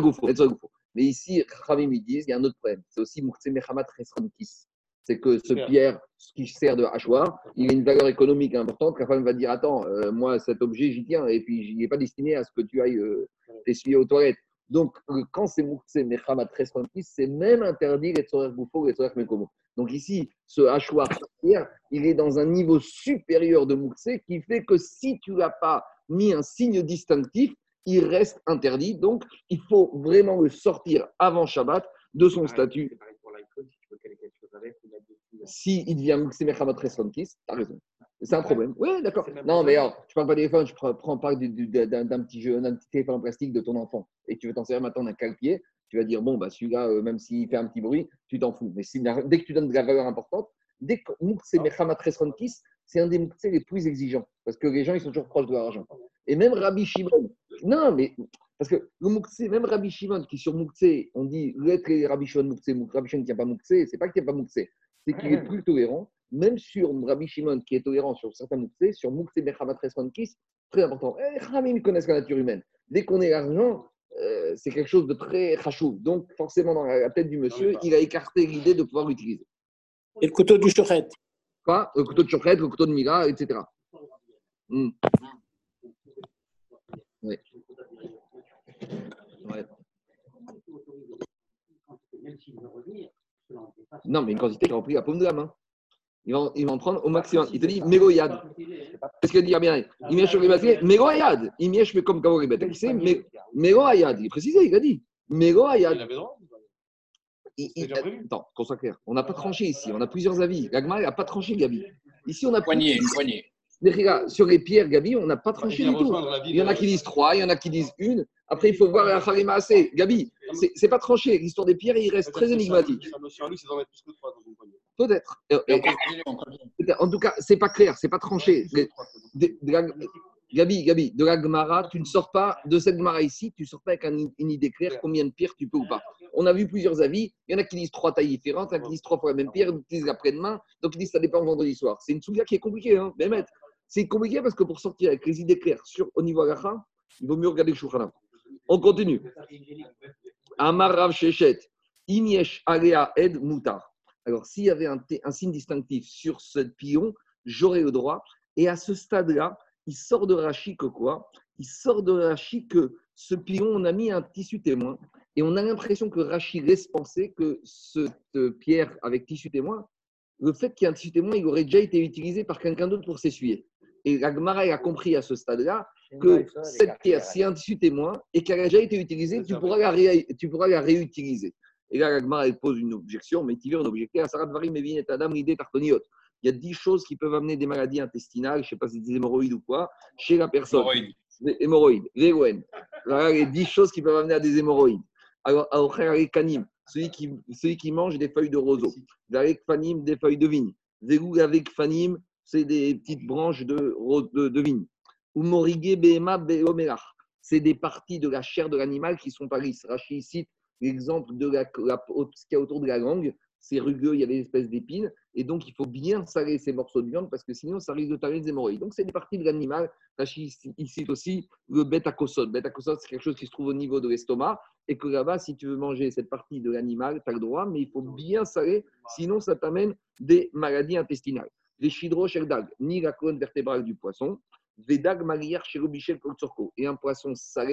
Mais ici, Khamim, ils disent, il y a un autre problème. C'est aussi Moukhtse Mechamat Resrankis. C'est que ce pierre qui sert de hachoir, il a une valeur économique importante. La femme va dire, attends, moi, cet objet, j'y tiens, et puis il n'est pas destiné à ce que tu ailles t'essuyer aux toilettes. Donc, quand c'est Moukhtse Mechamat Resrankis, c'est même interdit les Tsorer Goufo et les Tsorer Mekomo. Donc ici, ce hachoir pierre, il est dans un niveau supérieur de Moukhtse qui fait que si tu n'as pas mis un signe distinctif, il reste interdit. Donc, il faut vraiment le sortir avant Shabbat de son statut. C'est pareil pour l'iPhone, si tu veux caler quelque chose avec, il a des Si il devient Moukhtse Mechamat Resrankis, tu as raison. C'est un problème. Oui, d'accord. Non, mais alors, je ne parle pas de téléphone, je prends pas d'un petit téléphone en plastique de ton enfant et tu veux t'en servir maintenant d'un cale-pied. Tu vas dire, bon, bah, celui-là, même s'il fait un petit bruit, tu t'en fous. Mais dès que tu donnes de la valeur importante, dès que Moukhtse Mechamat Resrankis, c'est un des Moukhtse les plus exigeants parce que les gens, ils sont toujours proches de leur argent. Et même Rabbi Shimon, non, mais parce que le Moukhtse, même Rabbi Shimon, qui sur Moukhtse, on dit l'être Rabbi Shimon Moukhtse, Rabbi Shimon qui n'a pas Moukhtse, c'est pas qu'il n'y a pas Moukhtse, c'est qu'il est plus tolérant. Même sur Rabbi Shimon, qui est tolérant sur certains Moukhtse, sur Moukhtse Mechamat Resrankis, très important. Les Khamim, ils connaissent la nature humaine. Dès qu'on est l'argent, c'est quelque chose de très chachou. Donc, forcément, dans la tête du monsieur, il a écarté l'idée de pouvoir l'utiliser. Et le couteau du shochet. Quoi ? Le couteau de chochet, le couteau de mira, etc. Oui. Ouais. Non, mais une quantité qui remplit la paume de la main. Il va en prendre au maximum. Il te dit mégoyad. Qu'est-ce qu'il dit bien? Il mièche sur les baskets, mégoyad. Il mièche mais comme Kavoribet. Il sait, mégoyad. Il précisait, il a dit mégoyad. Il avait droit. Attends, qu'on soit clair. On n'a pas tranché ici. On a plusieurs avis. L'Agma n'a pas tranché, Gabi. Ici, on a Poignée. Sur les pierres, Gabi, on n'a pas tranché du tout. Il y en a qui disent 3, il y en a qui disent 1. Après, il faut voir la Harima assez. Gabi, c'est pas tranché. L'histoire des pierres, il reste très énigmatique. Sur lui, c'est d'en mettre plus que 3 dans une poignée. Peut-être. En tout cas, c'est pas clair, c'est pas tranché. Gabi, de la Gemara, tu ne sors pas de cette Gemara ici, tu ne sors pas avec une idée claire combien de pierres tu peux ou pas. On a vu plusieurs avis. Il y en a qui disent 3 tailles différentes, il y en a qui disent 3 fois la même pierre, ils disent l'après-demain. Donc ils disent ça dépend vendredi soir. C'est une souga qui est compliquée, hein, Bémet. C'est compliqué parce que pour sortir avec les idées claires au niveau Agacha, il vaut mieux regarder le Shulchan Aruch. On continue. Amar Rav Shechet, Imyesh Alea Ed Mutar. Alors, s'il y avait un signe distinctif sur ce pion, j'aurais le droit. Et à ce stade-là, il sort de Rachi que quoi ? Il sort de Rachi que ce pion, on a mis un tissu témoin. Et on a l'impression que Rachi laisse penser que cette pierre avec tissu témoin, le fait qu'il y ait un tissu témoin, il aurait déjà été utilisé par quelqu'un d'autre pour s'essuyer. Et la Gemara a compris à ce stade-là que cette pierre, s'il y a un tissu témoin et qu'elle a déjà été utilisée, tu pourras la réutiliser. Et là, la Gemara pose une objection, mais tu veux une objection à Sarat Varim et Adam l'idée Tartoniot. Il y a 10 choses qui peuvent amener des maladies intestinales, je ne sais pas si c'est des hémorroïdes ou quoi, chez la personne. Des hémorroïdes, végoènes. Là, il y a 10 choses qui peuvent amener à des hémorroïdes. Alors, Kanim, celui qui mange des feuilles de roseau. Avec Fanim, des feuilles de vigne. Végou avec Fanim, c'est des petites branches de vigne. Ou Morigé, Behema, Behomelach. C'est des parties de la chair de l'animal qui sont pas lisses. Rachid cite l'exemple de ce qu'il y a autour de la langue. C'est rugueux, il y a des espèces d'épines. Et donc, il faut bien saler ces morceaux de viande parce que sinon, ça risque de taler des hémorroïdes. Donc, c'est des parties de l'animal. Rachid cite aussi le bêta-kosod. Bêta-kosod, c'est quelque chose qui se trouve au niveau de l'estomac. Et que là-bas, si tu veux manger cette partie de l'animal, tu as le droit, mais il faut bien saler. Sinon, ça t'amène des maladies intestinales. Les chidro shel-dag, ni la colonne vertébrale du poisson. Vedag mariar chez Robichel Koltsurko. Et un poisson salé,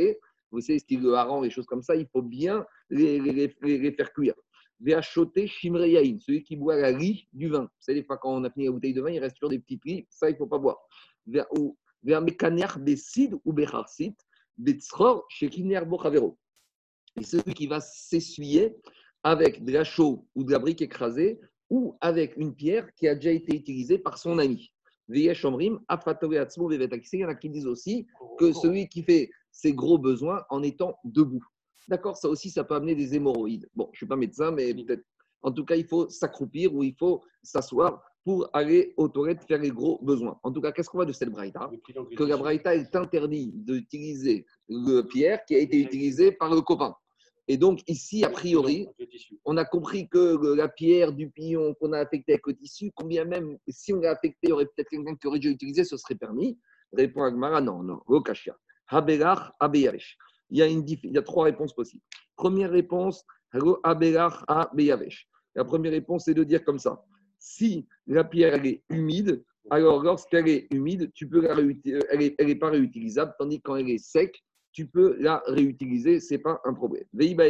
vous savez, style le hareng, les choses comme ça, il faut bien les faire cuire. Véachoté Shimreyaïn, celui qui boit la lie du vin. Vous savez, des fois, quand on a fini la bouteille de vin, il reste toujours des petites lies, ça, il ne faut pas boire. Vers Mekaniar des Sid ou Becharsit, des Tzror, chez Kiner Bochavero. Et celui qui va s'essuyer avec de la chaux ou de la brique écrasée ou avec une pierre qui a déjà été utilisée par son ami. Il y en a qui disent aussi que celui qui fait ses gros besoins en étant debout. D'accord, ça aussi, ça peut amener des hémorroïdes. Bon, je ne suis pas médecin, mais peut-être. En tout cas, il faut s'accroupir ou il faut s'asseoir pour aller aux toilettes faire les gros besoins. En tout cas, qu'est-ce qu'on voit de cette braïta? Que la braïta est interdit d'utiliser le pierre qui a été utilisé par le copain. Et donc, ici, a priori, on a compris que la pierre du pilon qu'on a affectée avec le tissu, combien même, si on l'a affectée, il y aurait peut-être quelqu'un qui aurait déjà utilisé, ce serait permis. Répond Agmara, non, Lokashia. Habelach, Abeyavesh. Il y a 3 réponses possibles. Première réponse, Habelach, Abeyavesh. La première réponse, c'est de dire comme ça. Si la pierre elle est humide, alors lorsqu'elle est humide, tu peux elle n'est pas réutilisable, tandis que quand elle est sec, tu peux la réutiliser, ce n'est pas un problème.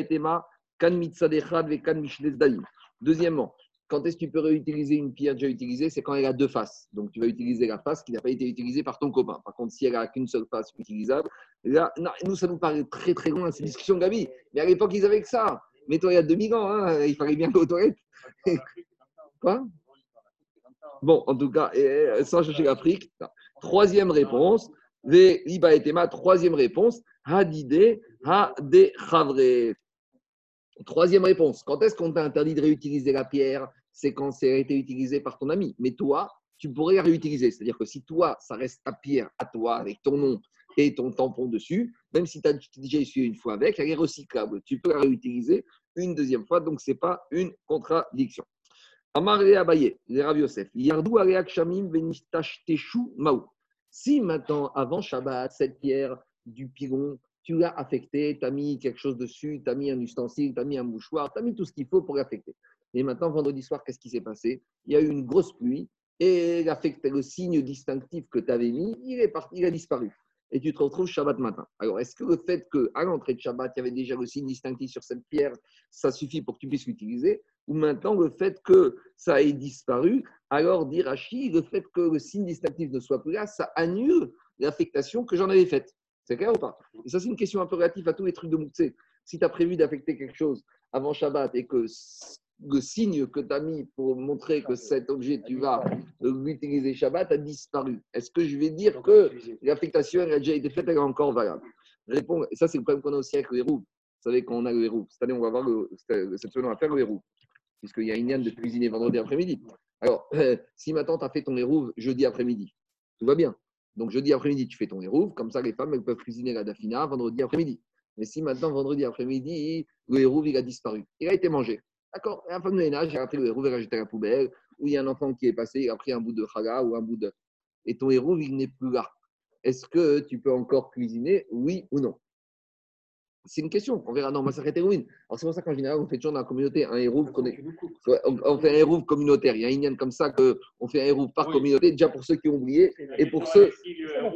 Deuxièmement, quand est-ce que tu peux réutiliser une pierre déjà utilisée? C'est quand elle a 2 faces. Donc, tu vas utiliser la face qui n'a pas été utilisée par ton copain. Par contre, si elle n'a qu'une seule face utilisable, là, non, nous, ça nous paraît très, très loin, ces discussions, Gabi. Mais à l'époque, ils avaient que ça. Mais toi, il y a 2000 ans, hein, il fallait bien aller aux toilettes. Quoi? Bon, en tout cas, sans chercher l'Afrique. Troisième réponse. Troisième réponse. Hadide, Hade Chavre. Troisième réponse. Quand est-ce qu'on t'a interdit de réutiliser la pierre? C'est quand ça a été utilisé par ton ami. Mais toi, tu pourrais la réutiliser. C'est-à-dire que si toi, ça reste ta pierre à toi, avec ton nom et ton tampon dessus, même si tu as déjà essuyé une fois avec, elle est recyclable. Tu peux la réutiliser une deuxième fois. Donc, ce n'est pas une contradiction. Amar et Abaye, les Rav Yosef. Yardou areak shamim venishtashteshu maou. Si maintenant, avant Shabbat, cette pierre du pilon, tu l'as affectée, tu as mis quelque chose dessus, tu as mis un ustensile, tu as mis un mouchoir, tu as mis tout ce qu'il faut pour l'affecter. Et maintenant, vendredi soir, qu'est-ce qui s'est passé? Il y a eu une grosse pluie et le signe distinctif que tu avais mis, il a disparu. Et tu te retrouves Shabbat matin. Alors, est-ce que le fait qu'à l'entrée de Shabbat, il y avait déjà le signe distinctif sur cette pierre, ça suffit pour que tu puisses l'utiliser? Ou maintenant, le fait que ça ait disparu, alors, dit Rashi, le fait que le signe distinctif ne soit plus là, ça annule l'affectation que j'en avais faite. C'est clair ou pas? Et ça, c'est une question un peu relative à tous les trucs de Mouktsé. Si tu as prévu d'affecter quelque chose avant Shabbat et que le signe que tu as mis pour montrer que cet objet, tu vas l'utiliser Shabbat, a disparu. Est-ce que je vais dire que l'affectation elle a déjà été faite, elle est encore valable? Réponds, et ça, c'est le problème qu'on a aussi avec le hérouve. Vous savez, quand on a le hérouve, cette année, on va voir, cette semaine, on va faire le hérouve, puisqu'il y a une yann de cuisiner vendredi après-midi. Alors, si maintenant, tu as fait ton hérouve jeudi après-midi, tout va bien. Donc, jeudi après-midi, tu fais ton hérouve, comme ça, les femmes, elles peuvent cuisiner la dafina vendredi après-midi. Mais si maintenant, vendredi après-midi, le hérouve, il a disparu, il a été mangé. D'accord? La femme de ménage, elle a pris le hérouve, elle a jeté à la poubelle, ou il y a un enfant qui est passé, il a pris un bout de chaga ou un bout de. Et ton hérouve, il n'est plus là. Est-ce que tu peux encore cuisiner, oui ou non? C'est une question. On verra dans Massachet Hérouine. Alors, c'est pour ça qu'en général, on fait toujours dans la communauté un hérouve. On fait un hérouve communautaire. Il y a une ligne comme ça qu'on fait un hérouve par communauté, déjà pour ceux qui ont oublié. Et pour ceux. Si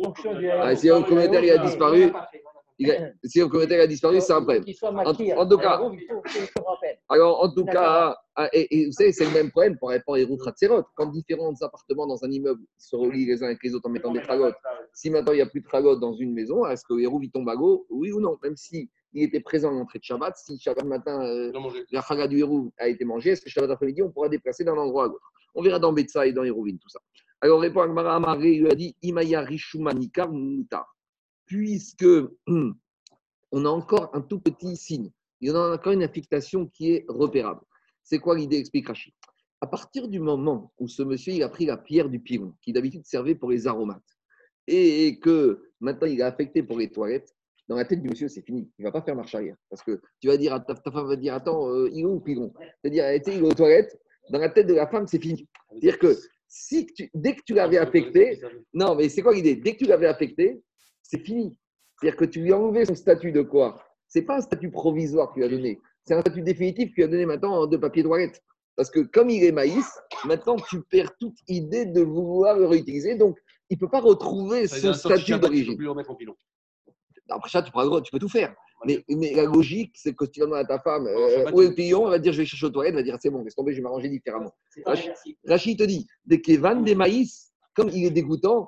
le communautaire il a disparu. Si le communautaire a disparu, c'est un problème. En tout cas, alors, en tout cas, et vous savez, c'est le même problème pour rapport à Hérouv Khatserot. Quand différents appartements dans un immeuble se relient les uns avec les autres en mettant des tragotes, si maintenant il n'y a plus de tragotes dans une maison, est-ce que Hérouv il tombe à l'eau? Oui ou non? Même si il était présent à l'entrée de Shabbat, si Shabbat matin, la chaga du Hérouv a été mangée, est-ce que Shabbat après-midi, on pourra déplacer d'un endroit à l'autre? On verra dans Betsa et dans Hérouvine, tout ça. Alors, répond Agmara Amaré, il lui a dit Imaya Rishumanikar Mutar. Puisque on a encore un tout petit signe, il y en a encore une affectation qui est repérable. C'est quoi l'idée? Explique Rachid. À partir du moment où ce monsieur il a pris la pierre du pilon, qui d'habitude servait pour les aromates, et que maintenant il est affecté pour les toilettes, dans la tête du monsieur, c'est fini. Il ne va pas faire marche arrière. Parce que tu vas dire, ta femme va dire, attends, il est où le pilon? C'est-à-dire, il est aux toilettes. Dans la tête de la femme, c'est fini. C'est-à-dire que dès que tu l'avais affecté, non, mais c'est quoi l'idée? Dès que tu l'avais affecté, c'est fini. C'est-à-dire que tu lui as enlevé son statut de quoi? Ce n'est pas un statut provisoire que tu lui as donné. C'est un statut définitif que tu lui as donné maintenant de papier toilette. Parce que comme il est maïs, maintenant tu perds toute idée de vouloir le réutiliser. Donc, il ne peut pas retrouver son statut d'origine. Après ça, tu peux tout faire. Mais la logique, c'est que si tu vas demander à ta femme Shabbat, où est le client, elle va te dire je vais chercher aux toilettes, elle va dire c'est bon, laisse tomber, je vais m'arranger différemment. Rachid te dit des kevan, des maïs, comme il est dégoûtant,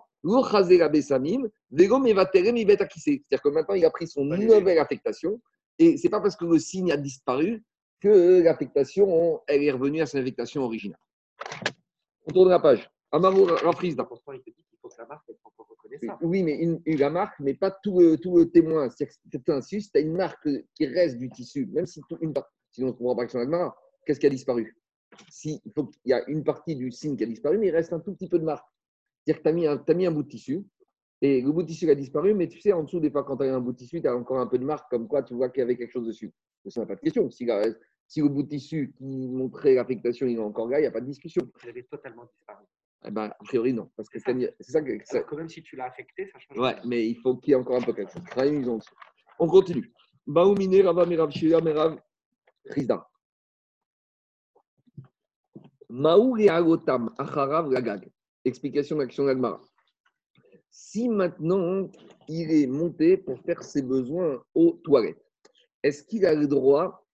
c'est-à-dire que maintenant il a pris son nouvelle affectation et c'est pas parce que le signe a disparu que l'affectation, elle est revenue à son affectation originale. On tourne la page. Amamour Rafrizda. Pourtant, il te dit qu'il faut que la marque soit encore reconnaissable. Oui, mais la marque, mais pas tout le témoin. C'est un tissu, tu as une marque qui reste du tissu, même si une partie, sinon on ne comprend pas que c'est un qu'est-ce qui a disparu? Il y a une partie du signe qui a disparu, mais il reste un tout petit peu de marque. C'est-à-dire que tu as mis un bout de tissu, et le bout de tissu a disparu, mais tu sais, en dessous, des fois, quand tu as un bout de tissu, tu as encore un peu de marque, comme quoi tu vois qu'il y avait quelque chose dessus. Ça n'a pas de question. Si le bout de tissu qui montrait l'affectation, il est encore là, il n'y a pas de discussion. Il avait totalement disparu. Eh ben, a priori, non. Parce que c'est ça que. Alors que même si tu l'as affecté, ça change. Ouais, mais il faut qu'il y ait encore un peu quelque chose. On continue. Baoumine, Rava, Merav, Shira, Merav, Rizda. Maou et Agotam, Acharav, Lagag. Explication de l'action d'Agmara. Si maintenant il est monté pour faire ses besoins aux toilettes, est-ce qu'il a le droit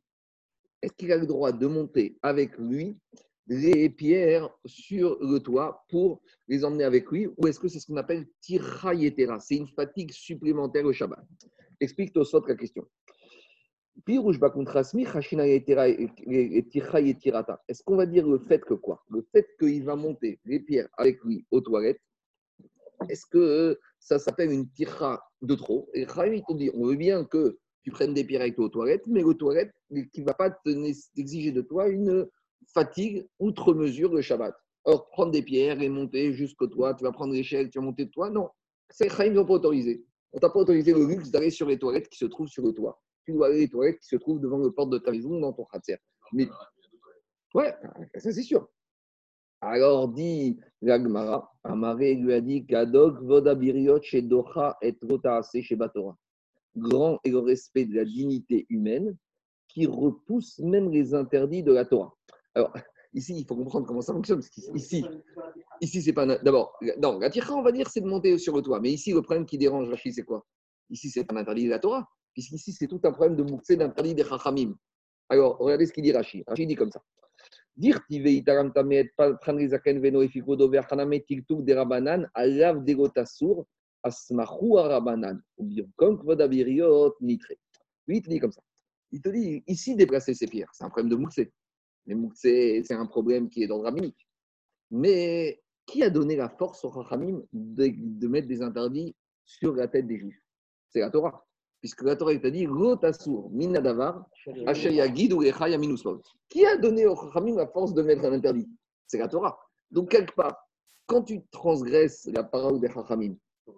de monter avec lui les pierres sur le toit pour les emmener avec lui, ou est-ce que c'est ce qu'on appelle tirayetera? C'est une fatigue supplémentaire au Shabbat. Explique Tosfot la question. Est-ce qu'on va dire le fait que quoi? Le fait qu'il va monter les pierres avec lui aux toilettes, est-ce que ça s'appelle une tira de trop? Et Chaim, ils t'ont dit, on veut bien que tu prennes des pierres avec toi aux toilettes, mais aux toilettes, qui ne va pas t'exiger de toi une fatigue outre mesure le Shabbat. Or, prendre des pierres et monter jusqu'au toit, tu vas prendre l'échelle, tu vas monter de toi, non. C'est Chaim, ils n'ont pas autorisé. On ne t'a pas autorisé le luxe d'aller sur les toilettes qui se trouvent sur le toit. Tu dois aller les toilettes qui se trouvent devant le porte de ta maison dans ton khatser. Mais ouais, ça c'est sûr. Alors dit l'Agmara, Amaré lui a dit Kadok vodabiriot chez Docha et Rotaase chez Batora. Grand est le respect de la dignité humaine qui repousse même les interdits de la Torah. Alors, ici, il faut comprendre comment ça fonctionne. Parce qu'ici, c'est pas. D'abord, non, la tircha, on va dire, c'est de monter sur le toit. Mais ici, le problème qui dérange Rachid, c'est quoi? Ici, c'est pas un interdit de la Torah. Puisqu'ici, c'est tout un problème de moukse, d'interdit des chachamim. Alors, regardez ce qu'il dit Rachid. Rachid dit comme ça. Dire tiveitaram tamet prendre zaken veno efikodo verchaname tiktuk de rabanan alav degotasur asmachu arabanan ou bien comme kvodabiriot nitre. Lui, il te dit comme ça. Il te dit ici déplacer ces pierres, c'est un problème de moukse. Mais moukse, c'est un problème qui est dans le rabbinique. Mais qui a donné la force aux chachamim de mettre des interdits sur la tête des juifs? C'est la Torah. Puisque la Torah t'a dit Rotasur, Minadavar, Ashayagid ou Echaya Minusov. Qui a donné au Chachamim la force de mettre un interdit? C'est la Torah. Donc, quelque part, quand tu transgresses la parole des Chachamim,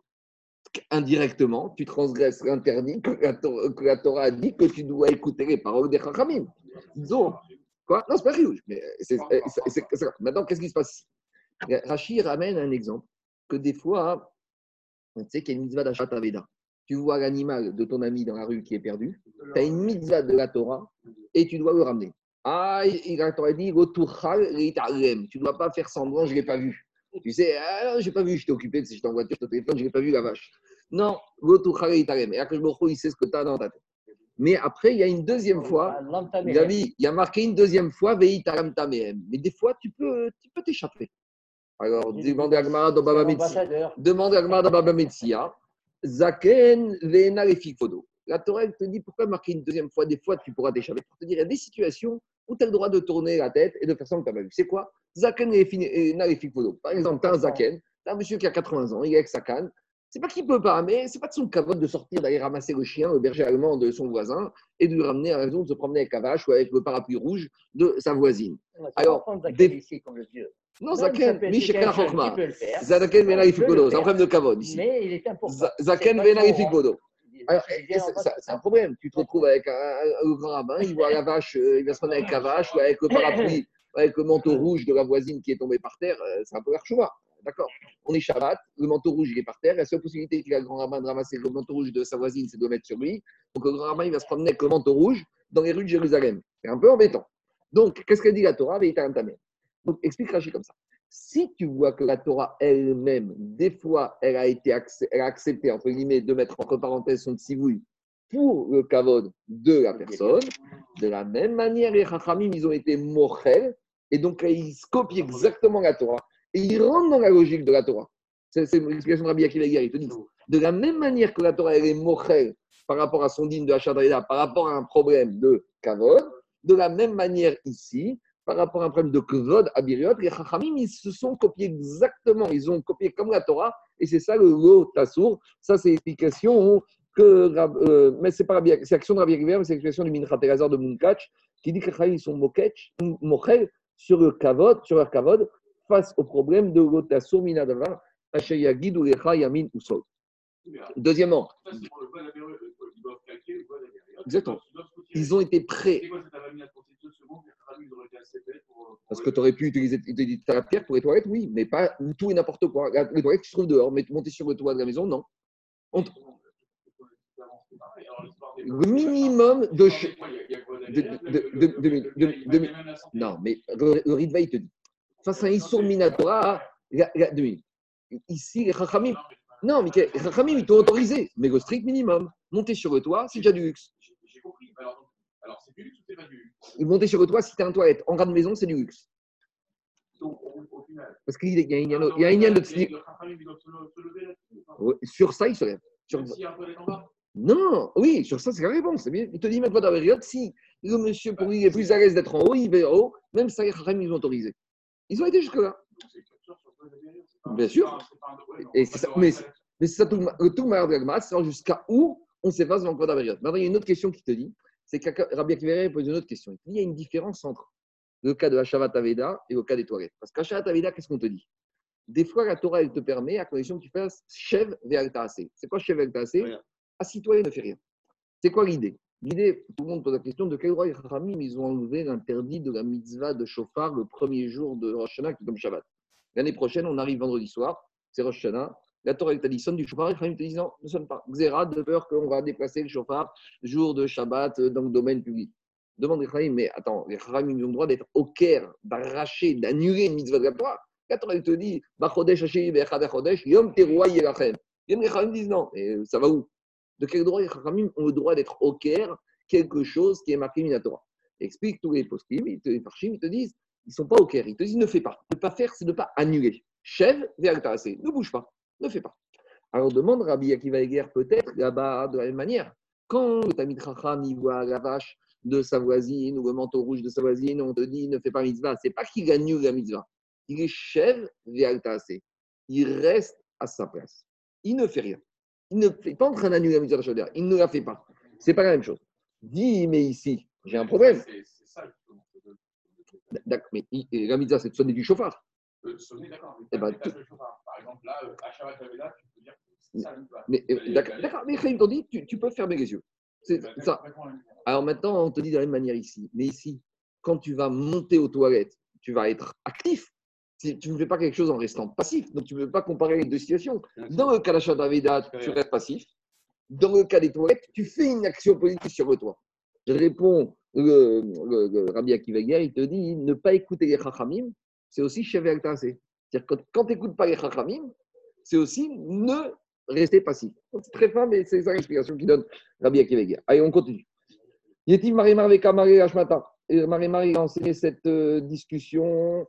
indirectement, tu transgresses l'interdit que la Torah a dit que tu dois écouter les paroles des Chachamim. Donc, quoi? Non, c'est pas Riouj. Mais maintenant, qu'est-ce qui se passe? Rachid ramène un exemple que des fois, tu sais qu'il y a une mitzvah d'achat Aveda. Tu vois l'animal de ton ami dans la rue qui est perdu, tu as une mitzvah de la Torah et tu dois le ramener. Ah, la Torah dit, tu ne dois pas faire semblant, je ne l'ai pas vu. Tu sais, je n'ai pas vu, j'étais occupé, j'étais en voiture, j'étais au téléphone, je n'ai pas vu la vache. Non, et Akash Baruch il sait ce que tu as dans ta tête. Mais après, il y a une deuxième fois, il y a marqué une deuxième fois, mais des fois, tu peux t'échapper. Alors, demande à Gmara dans Baba Metzia. Zaken ve'ena lefikodo. La Torah te dit pourquoi marquer une deuxième fois. Des fois, tu pourras t'échapper. Pour te dire, il y a des situations où tu as le droit de tourner la tête et de faire semblant que tu n'as pas vu. C'est quoi? Zaken ve'ena lefikodo. Par exemple, tu as un zaken, tu as un monsieur qui a 80 ans, il est avec sa canne. C'est pas qu'il ne peut pas, mais c'est pas de son cavote de sortir, d'aller ramasser le chien, le berger allemand de son voisin et de lui ramener à la maison, de se promener avec la vache ou avec le parapluie rouge de sa voisine. Alors, ici comme le vieux. Non, Zaken, Mishekana Chokma. Zaken Vena Ifikodo, c'est un problème de kavod ici. Mais il est important. Zaken Vena Ifikodo. C'est un problème. Tu te retrouves avec un grand rabbin, il voit la vache, il va se prendre avec la vache, ou avec le parapluie, avec le manteau rouge de la voisine qui est tombé par terre, c'est un peu l'archoua. D'accord? On est Shabbat, le manteau rouge il est par terre, la seule possibilité qu'il a le grand rabbin de ramasser le manteau rouge de sa voisine, c'est de le mettre sur lui. Donc le grand rabbin, il va se promener avec le manteau rouge dans les rues de Jérusalem. C'est un peu embêtant. Donc, qu'est-ce qu'elle dit la Torah? Donc, explique Rachid comme ça. Si tu vois que la Torah elle-même, des fois, elle a accepté, entre guillemets, de mettre entre parenthèses son tsivouï pour le kavod de la personne, de la même manière, les Chachamim, ils ont été mochel, et donc ils copient exactement la Torah, et ils rentrent dans la logique de la Torah. C'est l'explication de Rabbi Akiva Eiger, il te dit. De la même manière que la Torah, elle est mochel par rapport à son dîme de Hachat Aïda, par rapport à un problème de kavod, de la même manière ici, par rapport à un problème de Kvod, Abiriot, les Chachamim, ils se sont copiés exactement, ils ont copié comme la Torah, et c'est ça le Lo Tassour. Ça, c'est l'explication mais c'est pas c'est l'action de Rabbi Akiva, mais c'est l'explication du Minchat Elazar de Munkach, qui dit que les Chachamim, ils sont mochel sur le Kavod, sur leur Kavod, face au problème de Lo Tassour Minadavar, Hachayagid ou Lecha Yamin ou Sol. Deuxièmement, exactement. Ils ont été prêts. Parce que tu aurais pu utiliser ta pierre pour les toilettes, oui, mais pas tout et n'importe quoi. Les toilettes qui se trouvent dehors, mais monter sur le toit de la maison, non. Le minimum de. Non, mais le Ritva, il te dit. Face à un Issour Minatora, ici, les Chachamim. Non, mais les Chachamim, ils t'ont autorisé, mais le strict minimum. Monter sur le toit, c'est déjà du luxe. J'ai compris. Alors, c'est du luxe ou c'est pas du luxe? Monter sur le toit, si tu as un toilette en ras de maison, c'est du luxe. Donc, au final. Parce qu'il y a un lien de. Sur ça, il se lève. S'il y a un toilette en bas? Non, oui, sur ça, c'est la réponse. C'est bien. Il te dit même pas dans la période, si le monsieur, pour lui, il est plus à l'aise d'être en haut, il va en haut, même ça, les Chachamim, ils ont autorisé. Ils ont été jusque-là. Bien sûr. Et c'est ça, mais c'est ça tout le malheur de la Gemara, c'est jusqu'à où on s'efface dans le code de la période. Maintenant, il y a une autre question qui te dit, c'est que Rabbi Akiva pose une autre question. Il dit, il y a une différence entre le cas de Hashavat Aveda et le cas des toilettes. Parce qu'Hashavat Aveda, qu'est-ce qu'on te dit? Des fois, la Torah, elle te permet, à condition que tu fasses Shev Ve'al Ta'aseh. C'est quoi Shev Ve'al Ta'aseh? Assis-toi et ne fais rien. C'est quoi l'idée? L'idée, tout le monde pose la question, de quel droit les Chachamim, ils ont enlevé l'interdit de la mitzvah de Shofar le premier jour de Rosh Hashanah, qui est comme Shabbat. L'année prochaine, on arrive vendredi soir, c'est Rosh Hashanah. La Torah t'a dit sonne du Shofar, les Chachamim te disent non, ne sonne pas. Xéra, de peur qu'on va déplacer le Shofar jour de Shabbat dans le domaine public. Demande les Chachamim, mais attends, les Chachamim ont le droit d'être au Caire, d'arracher, d'annuler une mitzvah de la Torah. La Torah te dit Bachodesh Hashiri Be'echad Chodesh, Yom Teruah Yelachem. Les Chachamim disent non, et ça va où? De quel droit les Chachamim ont le droit d'être au Caire quelque chose qui est marqué Minatora? Explique tous les poskim, les farshim, ils te disent ils ne sont pas au Caire. Ils te disent ne fais pas. Ne pas faire, c'est ne pas annuler. Chev, ve'al ta'aseh. Ne bouge pas. Ne fais pas. Alors demande Rabbi Akiva Eiger peut-être là-bas de la même manière. Quand le Talmid Chacham il voit la vache de sa voisine ou le manteau rouge de sa voisine, on te dit ne fais pas mitzvah. C'est pas qu'il annule la mitzvah. Il est chev, ve'al ta'aseh. Il reste à sa place. Il ne fait rien. Il ne fait pas en train d'annuler la mitzvah de Shabbat. Il ne la fait pas. C'est pas la même chose. Dis, mais ici, j'ai un problème. C'est ça. D'accord, mais la mitzvah, c'est de sonner du chauffard. Sonner, d'accord. Eh ben, Par exemple, là, à Shabbat Aveda, tu peux dire que c'est ça. Mais d'accord, mais ils t'ont dit, tu peux fermer les yeux. C'est ça. Alors maintenant, on te dit de la même manière ici. Mais ici, quand tu vas monter aux toilettes, tu vas être actif. Tu ne fais pas quelque chose en restant passif. Donc, tu ne peux pas comparer les deux situations. Dans le cas de Shabbat Aveda, tu restes passif. Dans le cas des toilettes, tu fais une action politique sur le toit. Je réponds, le Rabbi Akiva Eiger, il te dit, ne pas écouter les Chachamim, c'est aussi Shev Ve'al Ta'aseh. C'est-à-dire que quand tu n'écoutes pas les Chachamim, c'est aussi ne rester passif. Donc, c'est très fin, mais c'est ça l'explication qu'il donne Rabbi Akiva Eiger. Allez, on continue. Yetiv Marimar Vekamare Hashmata. Marimar a enseigné cette discussion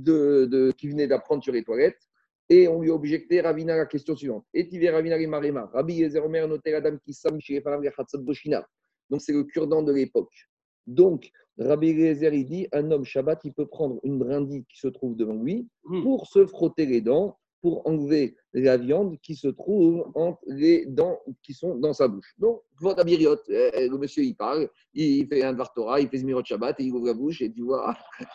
qui venait d'apprendre sur les toilettes. Et on lui a objecté, Ravina, la question suivante. Etivé Ravina Marima, Rabbi Yezer Omer noté la dame qui s'am chez les femmes Boshina. Donc c'est le cure-dent de l'époque. Donc Rabbi Yezer, il dit un homme Shabbat, il peut prendre une brindille qui se trouve devant lui pour se frotter les dents, pour enlever la viande qui se trouve entre les dents qui sont dans sa bouche. Donc, votre abiriot, le monsieur il parle, il fait un Dvar Torah, il fait Zmirot Shabbat et il ouvre la bouche et tu vois.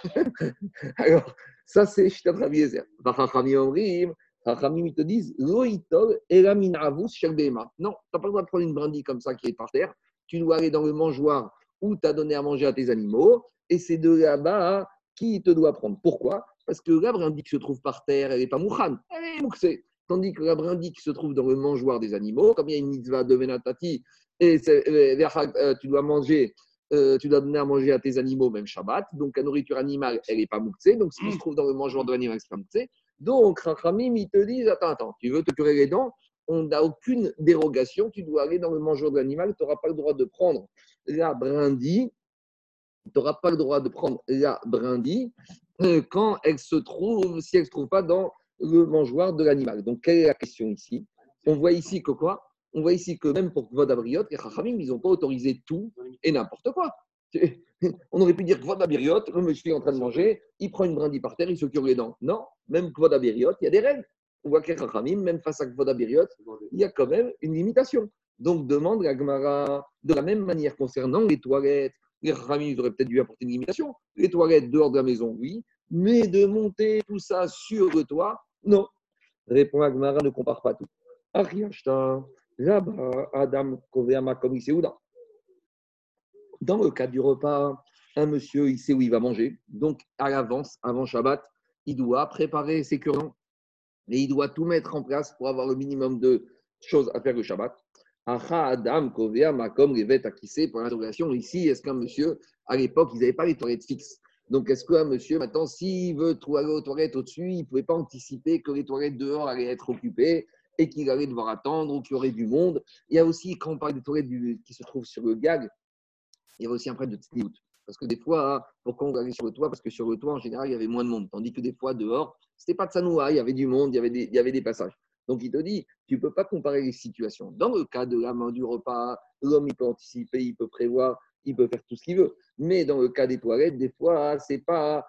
Alors, ça c'est Shitat Rabbi Yezer. Chachamim, ils te disent, Loïtol et la minavus sherbema. Non, tu n'as pas le droit de prendre une brindille comme ça qui est par terre. Tu dois aller dans le mangeoire où tu as donné à manger à tes animaux et c'est de là-bas qui te doit prendre. Pourquoi? Parce que la brindille qui se trouve par terre, elle n'est pas mouchan, elle est mouxée. Tandis que la brindille qui se trouve dans le mangeoir des animaux, comme il y a une mitzvah de venatati, et tu dois manger tu dois donner à manger à tes animaux, même Shabbat. Donc, la nourriture animale, elle n'est pas mouktsé. Donc, ce qui se trouve dans le mangeoire de l'animal, c'est pas mouktsé. Donc, Rachamim, ils te disent attends, tu veux te curer les dents, on n'a aucune dérogation. Tu dois aller dans le mangeoire de l'animal. Tu n'auras pas le droit de prendre la brindille. Tu n'auras pas le droit de prendre la brindille quand elle se trouve, si elle ne se trouve pas dans le mangeoire de l'animal. Donc, quelle est la question ici? On voit ici que quoi? On voit ici que même pour Kvod Abriot, les Chachamim, ils n'ont pas autorisé tout et n'importe quoi. On aurait pu dire Kvod Abriot, le monsieur est en train de manger, il prend une brindille par terre, il se cure les dents. Non, même Kvod Abriot, il y a des règles. On voit que les Chachamim, même face à Kvod Abriot, il y a quand même une limitation. Donc, demande la Gemara, de la même manière concernant les toilettes, les Chachamim, ils auraient peut-être dû apporter une limitation. Les toilettes dehors de la maison, oui, mais de monter tout ça sur le toit, non. Répond la Gemara, ne compare pas tout. Ariashta. Là-bas, Adam Koveama comme Iséouda. Dans le cas du repas, un monsieur, il sait où il va manger. Donc, à l'avance, avant Shabbat, il doit préparer ses cure-dents. Et il doit tout mettre en place pour avoir le minimum de choses à faire le Shabbat. Acha Adam Koveama comme Revet Akissé pour l'interrogation. Ici, est-ce qu'un monsieur, à l'époque, ils n'avaient pas les toilettes fixes? Donc, est-ce qu'un monsieur, maintenant, s'il veut aller aux toilettes au-dessus, il ne pouvait pas anticiper que les toilettes dehors allaient être occupées et qu'il allait devoir attendre ou qu'il y aurait du monde. Il y a aussi, quand on parle des toilettes qui se trouvent sur le gag, il y avait aussi un problème de tsniout. Parce que des fois, pourquoi on allait sur le toit? Parce que sur le toit, en général, il y avait moins de monde. Tandis que des fois, dehors, ce n'était pas de sanoua, il y avait du monde, il y avait des passages. Donc, il te dit, tu ne peux pas comparer les situations. Dans le cas de la main du repas, l'homme, il peut anticiper, il peut prévoir, il peut faire tout ce qu'il veut. Mais dans le cas des toilettes, des fois, ce n'est pas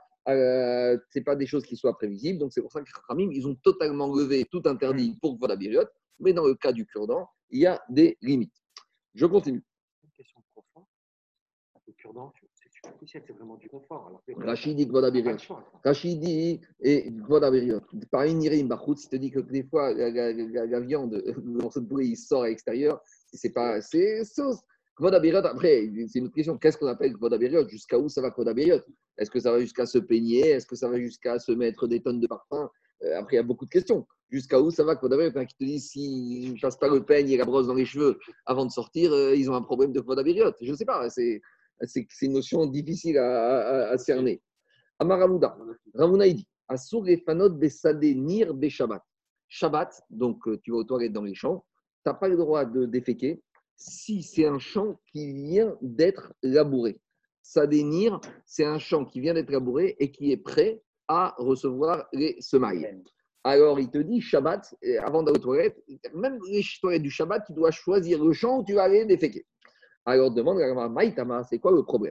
des choses qui soient prévisibles. Donc, c'est pour ça que les Khamim, ils ont totalement levé tout interdit pour Kvod Abriot. Mais dans le cas du cure-dent, il y a des limites. Je continue. Une question de confort. Le cure-dent, c'est superficiel, c'est vraiment du confort. Alors que Rachidi Kvod Abriot. Rachidi et Kvod Abriot. Par une Irim Bachout, il te dit que des fois, la viande, le morceau de poulet, il sort à l'extérieur. C'est sauce. Kvod Abriot, après, c'est une autre question. Qu'est-ce qu'on appelle Kvod Abriot? Jusqu'à où ça va Kvod Abriot? Est-ce que ça va jusqu'à se peigner? Est-ce que ça va jusqu'à se mettre des tonnes de parfum? Après, il y a beaucoup de questions. Jusqu'à où ça va Kvod Abriot? Qui te dit s'ils ne passent pas le peigne et la brosse dans les cheveux avant de sortir, ils ont un problème de Kvod Abriot. Je ne sais pas. C'est une notion difficile à cerner. Amar Ramouda. Ramouda, il dit Asur et Fanot Bessadé Nir Beshabbat. Shabbat, donc tu vas aux toilettes dans les champs, tu n'as pas le droit de déféquer si c'est un champ qui vient d'être labouré. Sadénir, c'est un champ qui vient d'être labouré et qui est prêt à recevoir les semailles. Alors, il te dit, Shabbat, avant d'aller aux toilettes, même les toilettes du Shabbat, tu dois choisir le champ où tu vas aller déféquer. Alors, demande à Maïtama, c'est quoi le problème?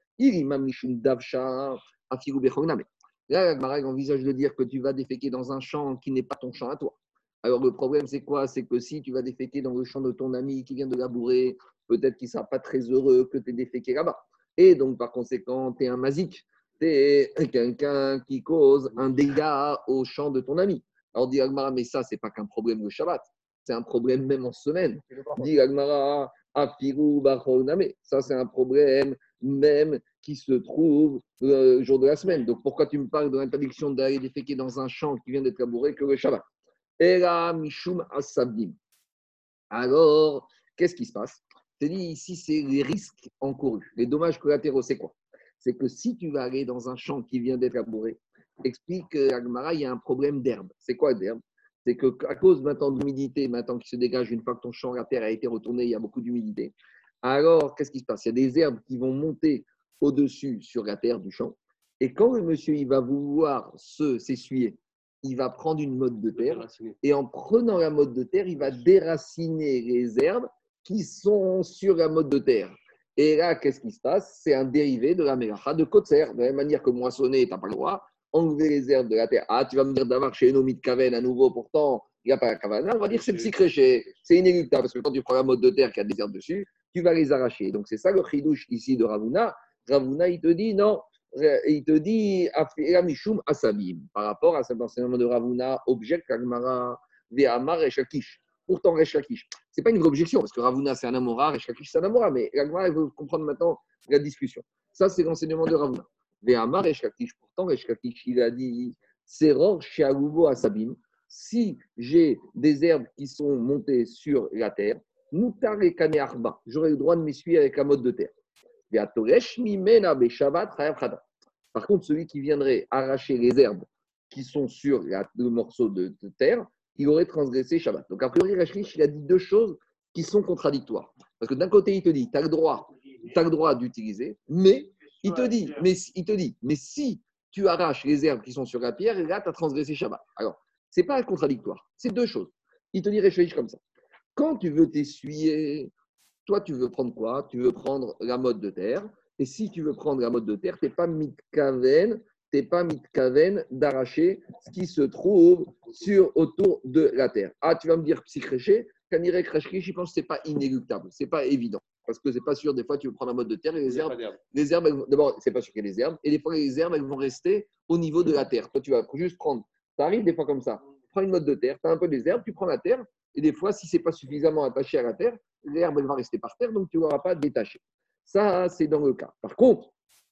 Là, la Gemara envisage de dire que tu vas déféquer dans un champ qui n'est pas ton champ à toi. Alors, le problème, c'est quoi? C'est que si tu vas déféquer dans le champ de ton ami qui vient de labourer, peut-être qu'il ne sera pas très heureux que tu aies déféqué là-bas. Et donc, par conséquent, tu es un mazik. Tu es quelqu'un qui cause un dégât au champ de ton ami. Alors, dit Agmara, mais ça, ce n'est pas qu'un problème le Shabbat. C'est un problème même en semaine. Dit Agmara, Afiru Bachoname. Ça, c'est un problème même qui se trouve le jour de la semaine. Donc, pourquoi tu me parles de l'interdiction d'aller déféquer dans un champ qui vient d'être labouré que le Shabbat? Era Mishum Asabdim. Alors, qu'est-ce qui se passe? Je te dis ici, c'est les risques encourus. Les dommages collatéraux, c'est quoi? C'est que si tu vas aller dans un champ qui vient d'être labouré, explique à Gemara, il y a un problème d'herbe. C'est quoi d'herbe? C'est qu'à cause maintenant de l'humidité, maintenant qui se dégage une fois que ton champ, la terre a été retournée, il y a beaucoup d'humidité. Alors, qu'est-ce qui se passe? Il y a des herbes qui vont monter au-dessus sur la terre du champ. Et quand le monsieur il va vouloir s'essuyer, il va prendre une motte de terre et en prenant la motte de terre, il va déraciner les herbes qui sont sur la motte de terre. Et là, qu'est-ce qui se passe? C'est un dérivé de la mélacha de Kotser. De la même manière que moissonner, tu n'as pas le droit. Enlever les herbes de la terre. Ah, tu vas me dire d'avoir chez Enomi de Kaven à nouveau, pourtant, il n'y a pas la Kavana. On va dire que c'est psychréché. C'est inéluctable parce que quand tu prends la motte de terre qui a des herbes dessus, tu vas les arracher. Donc, c'est ça le chidouche ici de Ravuna. Ravuna, il te dit non. Il te dit Mishum Asabim. Par rapport à cet enseignement de Ravuna, objecte Agmara, Ve'amar et Shakish. Pourtant, Resh Lakish. Ce n'est pas une vraie objection, parce que Ravuna, c'est un Amora, Resh Lakish, c'est un Amora, mais Agmara, il veut comprendre maintenant la discussion. Ça, c'est l'enseignement de Ravuna. Ve'amar Resh Lakish. Pourtant, Resh Lakish, il a dit Seror Sheagubo Asabim. Si j'ai des herbes qui sont montées sur la terre, Moutar et Kane Arba, j'aurai le droit de m'essuyer avec la motte de terre. Par contre, celui qui viendrait arracher les herbes qui sont sur le morceau de terre, il aurait transgressé Shabbat. Donc, a priori, Resh Lakish, il a dit deux choses qui sont contradictoires. Parce que d'un côté, il te dit, tu as le droit d'utiliser, mais il te dit, mais si tu arraches les herbes qui sont sur la pierre, là, tu as transgressé Shabbat. Alors, ce n'est pas contradictoire, c'est deux choses. Il te dit, Resh Lakish comme ça. Quand tu veux t'essuyer, toi, tu veux prendre quoi? Tu veux prendre la mode de terre. Et si tu veux prendre la mode de terre, tu n'es pas mitkaven d'arracher ce qui se trouve autour de la terre. Ah, tu vas me dire psychréché, Kaniré Krashki, je pense que ce n'est pas inéluctable, ce n'est pas évident. Parce que ce n'est pas sûr, des fois, tu veux prendre la mode de terre et les herbes, d'abord, ce n'est pas sûr qu'il y ait des herbes, et des fois, les herbes, elles vont rester au niveau de la terre. Toi, tu vas juste prendre, ça arrive des fois comme ça, tu prends une mode de terre, tu as un peu des herbes, tu prends la terre, et des fois, si ce n'est pas suffisamment attaché à la terre, l'herbe, elle va rester par terre, donc tu n'auras pas détaché. Ça, c'est dans le cas. Par contre,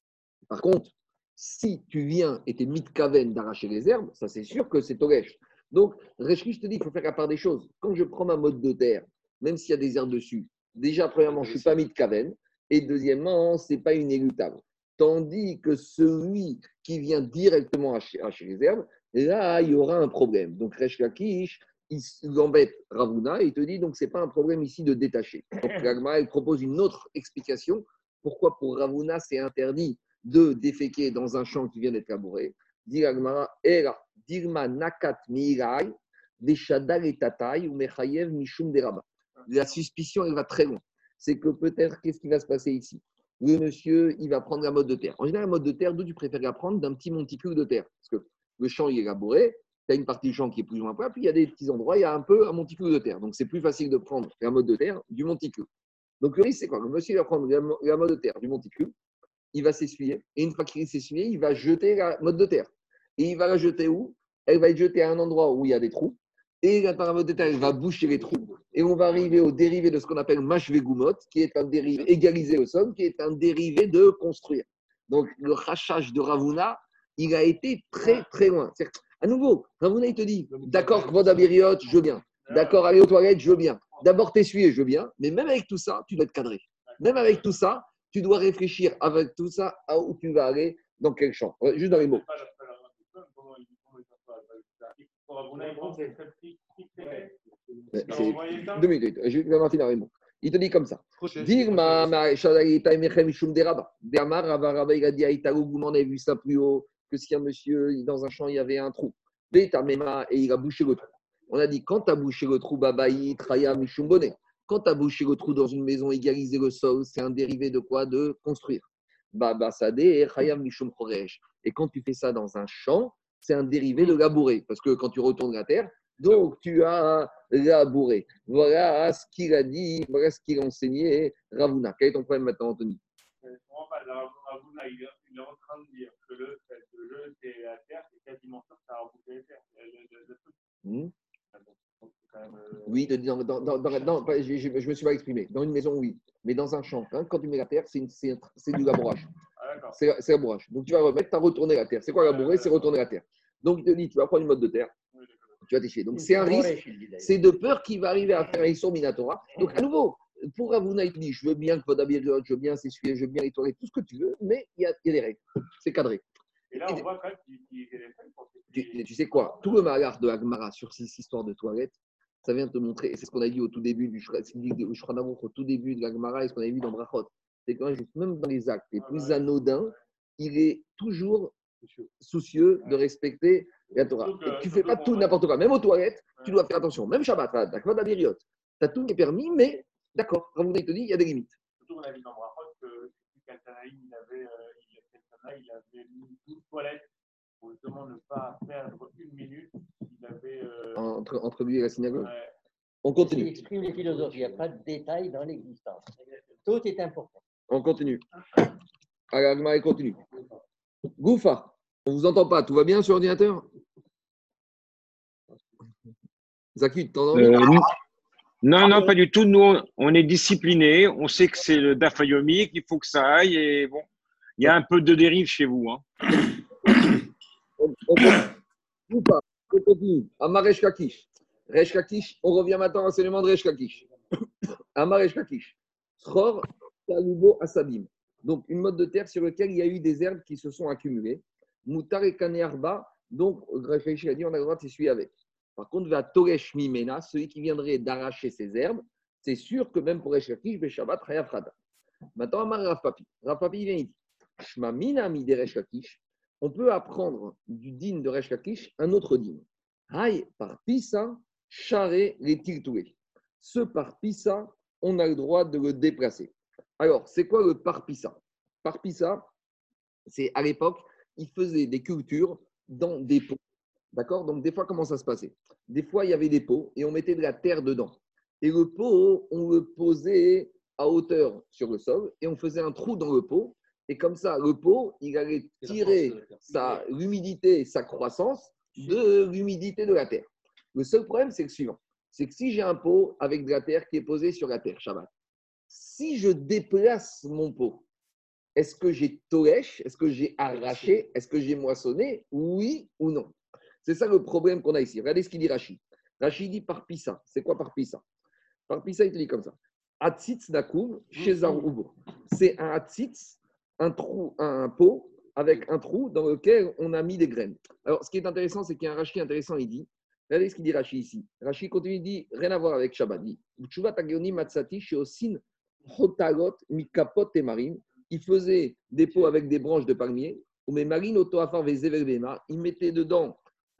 si tu viens et tu es mitkaven d'arracher les herbes, ça, c'est sûr que c'est Toresh. Donc, Reshki, je te dis qu'il faut faire la part des choses. Quand je prends ma mode de terre, même s'il y a des herbes dessus, déjà, premièrement, je ne suis pas mitkaven, et deuxièmement, ce n'est pas inéluctable. Tandis que celui qui vient directement arracher les herbes, là, il y aura un problème. Donc, Resh Lakish, il embête Ravuna et il te dit donc ce n'est pas un problème ici de détacher. Donc l'Agma, elle propose une autre explication. Pourquoi pour Ravuna c'est interdit de déféquer dans un champ qui vient d'être labouré? Dit l'Agma, Dirma nakat mirai deshadal et tatay ou mechayev mishum deraba. La suspicion elle va très loin. C'est que peut-être qu'est-ce qui va se passer ici? Le monsieur il va prendre la mode de terre. En général la mode de terre, d'où tu préfères la prendre? D'un petit monticule de terre parce que le champ il est labouré. Tu as une partie du champ qui est plus ou moins plat, puis il y a des petits endroits, il y a un peu un monticule de terre. Donc, c'est plus facile de prendre la mode de terre du monticule. Donc, le risque, c'est quoi? Le monsieur va prendre la mode de terre du monticule, il va s'essuyer, et une fois qu'il s'est essuyé, il va jeter la mode de terre. Et il va la jeter où? Elle va être jetée à un endroit où il y a des trous, et la mode de terre, elle va boucher les trous, et on va arriver au dérivé de ce qu'on appelle mashvegumot, qui est un dérivé égalisé au sol, qui est un dérivé de construire. Donc, le rachage de Ravuna, il a été très, très loin. C'est-à-dire, à nouveau, Ravuna, il te dit, d'accord, Kvod Abiriot, je veux bien. D'accord, aller aux toilettes, je veux bien. D'abord t'essuyer, je veux bien. Mais même avec tout ça, tu dois être cadré. Même avec tout ça, tu dois réfléchir avec tout ça à où tu vas aller, dans quel champ. Juste dans les mots. C'est 2 minutes. Je vais vraiment finir les mots. Il te dit comme ça. Dire il a dit on avait vu ça plus haut, que si un monsieur, dans un champ, il y avait un trou. Et il a bouché le trou. On a dit, quand tu as bouché le trou, Babaï, Traya, Mishum Bonnet. Quand tu as bouché le trou dans une maison, égaliser le sol, c'est un dérivé de quoi? De construire. Baba Sadeh, Traya, Mishum Choresh. Et quand tu fais ça dans un champ, c'est un dérivé de labourer. Parce que quand tu retournes la terre, donc tu as labouré. Voilà ce qu'il a dit, voilà ce qu'il a enseigné Ravuna. Quel est ton problème maintenant, Anthony? Ravuna, il est en train de dire que le fait de jeter la terre, c'est quasiment sûr que ça a rebouché les terres. Oui, je me suis pas exprimé. Dans une maison, oui. Mais dans un champ, quand tu mets la terre, c'est du labourage. C'est labourage. Donc tu vas remettre, tu as retourné la terre. C'est quoi labourer? C'est retourner la terre. Donc il te dit, tu vas prendre une mode de terre. Tu vas t'échiller. Donc c'est un risque, c'est de peur qu'il va arriver à faire un Issur Minatora. Donc à nouveau, pour Ravuna, il te dit, je veux bien que Vodabiriot, je veux bien s'essuyer, je veux bien les toilettes, tout ce que tu veux, mais il y a des règles. C'est cadré. Et là, on voit quand même qu'il est fait. Tu sais quoi? Tout le malheur de Agmara sur cette histoire de toilettes, ça vient te montrer, et c'est ce qu'on a dit au tout début du Shulchan Aruch, au tout début de l'Agmara, et ce qu'on avait vu dans Brachot. C'est quand même dans les actes les plus anodins, il est toujours soucieux de respecter la Torah. Tu ne fais pas tout n'importe quoi. Même aux toilettes, tu dois faire attention. Même Shabbat, d'accord, d'Abiriot. Tu as tout qui est permis, mais d'accord, Ravuna, il te dit, il y a des limites. Surtout, on a vu dans Brachot que Katanaï, il avait mis 12 toilettes pour justement ne pas perdre une minute. Il avait. Entre lui et la synagogue. Ouais. On continue. Il exprime les philosophes. Il n'y a pas de détails dans l'existence. Tout est important. On continue. Agma, il continue. Goufa, on ne vous entend pas. Tout va bien sur l'ordinateur? Zaki, tu t'entends? Non, pas du tout. Nous, on est disciplinés. On sait que c'est le Daf Yomi, qu'il faut que ça aille. Et bon, il y a un peu de dérive chez vous. Hein. On continue. Amar Resh Lakish. Resh Lakish, on revient maintenant à l'enseignement de Resh Lakish. Amar Resh Lakish. Sror Talubo Asabim. Donc, une motte de terre sur laquelle il y a eu des herbes qui se sont accumulées. Moutar et Kanearba, donc, Réfléchir a dit, on a le droit de s'essuyer avec. Par contre, va Toresh Mimena, celui qui viendrait d'arracher ces herbes, c'est sûr que même pour Eshkakish, Beshabbat, Hayafrada. Maintenant, Amar Rav Papi. Rav Papi vient, il dit Shma Mina mi de Resh Lakish. On peut apprendre du din de Resh Lakish un autre din. Hay par Pisa, Charé les Tiltoué. Ce par Pisa, on a le droit de le déplacer. Alors, c'est quoi le par Pisa? Par Pisa, c'est à l'époque, ils faisaient des cultures dans des pots. D'accord? Donc, des fois, comment ça se passait? Des fois, il y avait des pots et on mettait de la terre dedans. Et le pot, on le posait à hauteur sur le sol et on faisait un trou dans le pot. Et comme ça, le pot, il allait tirer l'humidité, sa croissance de l'humidité de la terre. Le seul problème, c'est le suivant. C'est que si j'ai un pot avec de la terre qui est posé sur la terre, Shabbat, si je déplace mon pot, est-ce que j'ai tolèche? Est-ce que j'ai arraché? Est-ce que j'ai moissonné? Oui ou non? C'est ça le problème qu'on a ici. Regardez ce qu'il dit Rachid. Rachid dit par Pissa. C'est quoi par Pissa? Par Pissa, il te dit comme ça. Hatzitz Nakuv chez Zaroubo. C'est un hatzitz, un trou, un pot avec un trou dans lequel on a mis des graines. Alors, ce qui est intéressant, c'est qu'il y a un Rachid intéressant. Il dit, regardez ce qu'il dit Rachid ici. Rachid continue, il dit, rien à voir avec Shabbat. Il dit, Tshuva Tagioni Matsati chez Osin Hotagot Mikapot et Marine. Il faisait des pots avec des branches de palmier. Ou mes marines autoafar vezeverbema. Il mettait dedans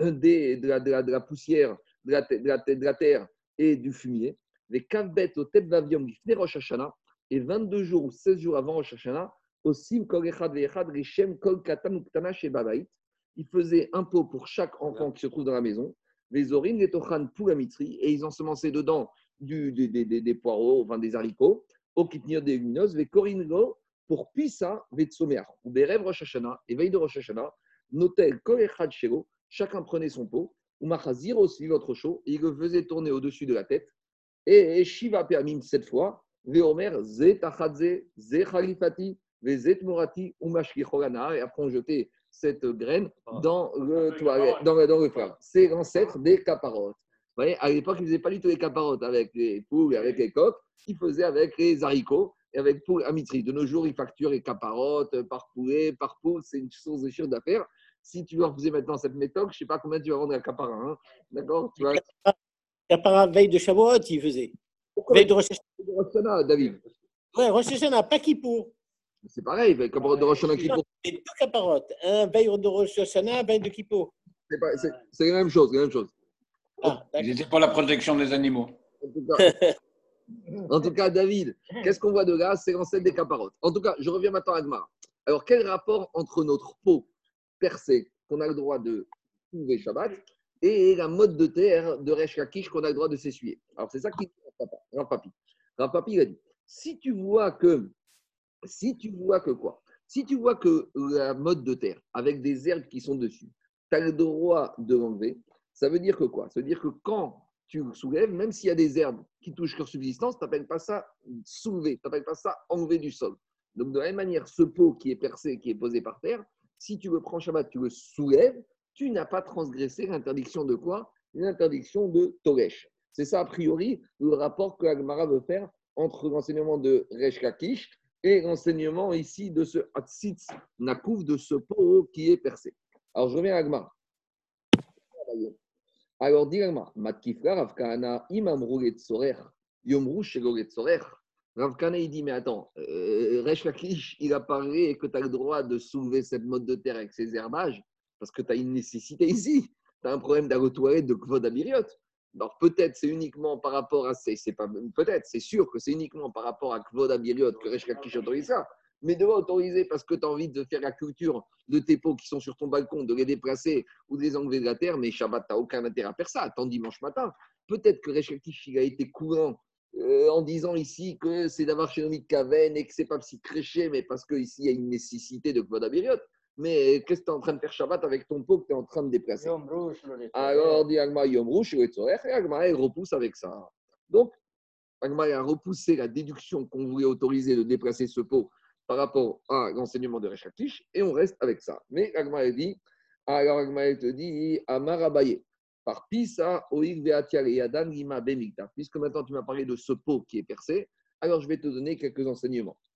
de la poussière, de la terre et du fumier. Les kavbet au tebvavium gifne Rosh Hashanah, et 22 jours ou 16 jours avant Rosh Hashanah, osim kol echad ve'echad rishem kol katan uktana shebabait. Il faisait un pot pour chaque enfant qui se trouve dans la maison, les orines, les tochan pour la mitri, et ils ensemençaient dedans des poireaux, enfin des haricots, au kitnir des lumineuses, les koringo pour pisa ve'tsomeach, ou berev Rosh Hashanah, et veille de Rosh Hashanah, notel kol echad shelo, chacun prenait son pot, ou machazir aussi votre chaud, et il le faisait tourner au-dessus de la tête. Et Shiva Permim cette fois, Veomer, Zé Tachadze, Zé Khalifati, Zé Morati, Umashkicholana, et après on jetait cette graine dans le fleuve. C'est l'ancêtre des caparottes. Vous voyez, à l'époque, ils ne faisaient pas du tout les caparottes avec les poules et avec les coqs, ils faisaient avec les haricots et avec poules à mitri. De nos jours, ils facturent les caparottes par poulet, par poule, c'est une source de chiffre d'affaires. Si tu leur faisais maintenant cette méthode, je ne sais pas combien tu vas vendre à capara. Hein. D'accord? Tu vas... Capara, veille de Shavuot, il faisait. Veille de Rosh Hashanah, David. Oui, Rosh Hashanah, pas Kippour. C'est pareil, veille de Rosh Hashanah, Kippour. C'est deux caparottes. Un veille de Rosh Hashanah, veille de Kippour. C'est la même chose, Ah, ils étaient pour la protection des animaux. En tout cas, David, qu'est-ce qu'on voit de là? C'est l'ancêtre des caparottes. En tout cas, je reviens maintenant à Gmara. Alors, quel rapport entre notre peau percée qu'on a le droit de trouver Shabbat et la mode de terre de Resh Lakish qu'on a le droit de s'essuyer? Alors, c'est ça qui dit Rav Papi. Rav Papi, il a dit, si tu vois que quoi? Si tu vois que la mode de terre, avec des herbes qui sont dessus, tu as le droit de l'enlever, ça veut dire que quoi? Ça veut dire que quand tu soulèves, même s'il y a des herbes qui touchent leur subsistance, tu n'appelles pas ça soulever, tu n'appelles pas ça enlever du sol. Donc, de la même manière, ce pot qui est percé, qui est posé par terre, si tu le prends Shabbat, tu le soulèves, tu n'as pas transgressé l'interdiction de quoi? L'interdiction de Toresh. C'est ça, a priori, le rapport que Agmara veut faire entre l'enseignement de Resh Lakish et l'enseignement ici de ce Hatzitz Nakouf, de ce pot qui est percé. Alors, je reviens à Agmara. Alors, dis Agmara, Matkifra, Rav Kahana, Imam Roulet Sorer, Yomrou Shegolet Sorer. Rav Kahana, il dit, mais attends, Resh Lakish, il a parlé que tu as le droit de soulever cette mode de terre avec ses herbages, parce que tu as une nécessité ici. Tu as un problème d'agrotoilette de Kvod Abiriot. Alors peut-être c'est uniquement par rapport à c'est pas peut-être, c'est sûr que c'est uniquement par rapport à Kvod Abiriot que Resh Lakish autorise ça. Mais de autoriser parce que tu as envie de faire la culture de tes pots qui sont sur ton balcon, de les déplacer ou de les enlever de la terre, mais Shabbat, tu n'as aucun intérêt à faire ça. Attends dimanche matin. Peut-être que Resh Lakish il a été courant en disant ici que c'est d'avoir chez Nomi de Kaven et que c'est pas si créché, mais parce qu'ici il y a une nécessité de Kvod Abiriot. Mais qu'est-ce que tu es en train de faire Shabbat avec ton pot que tu es en train de déplacer? Alors, dit Agma Yom Rouge, et Agma elle repousse avec ça. Donc, Agma a repoussé la déduction qu'on voulait autoriser de déplacer ce pot par rapport à l'enseignement de Resh Lakish, et on reste avec ça. Mais Agma dit, alors Agma te dit, Amar Abaye, par Pisa, Oig Veatial et Yadan Lima Bemikta. Puisque maintenant tu m'as parlé de ce pot qui est percé, alors je vais te donner quelques enseignements.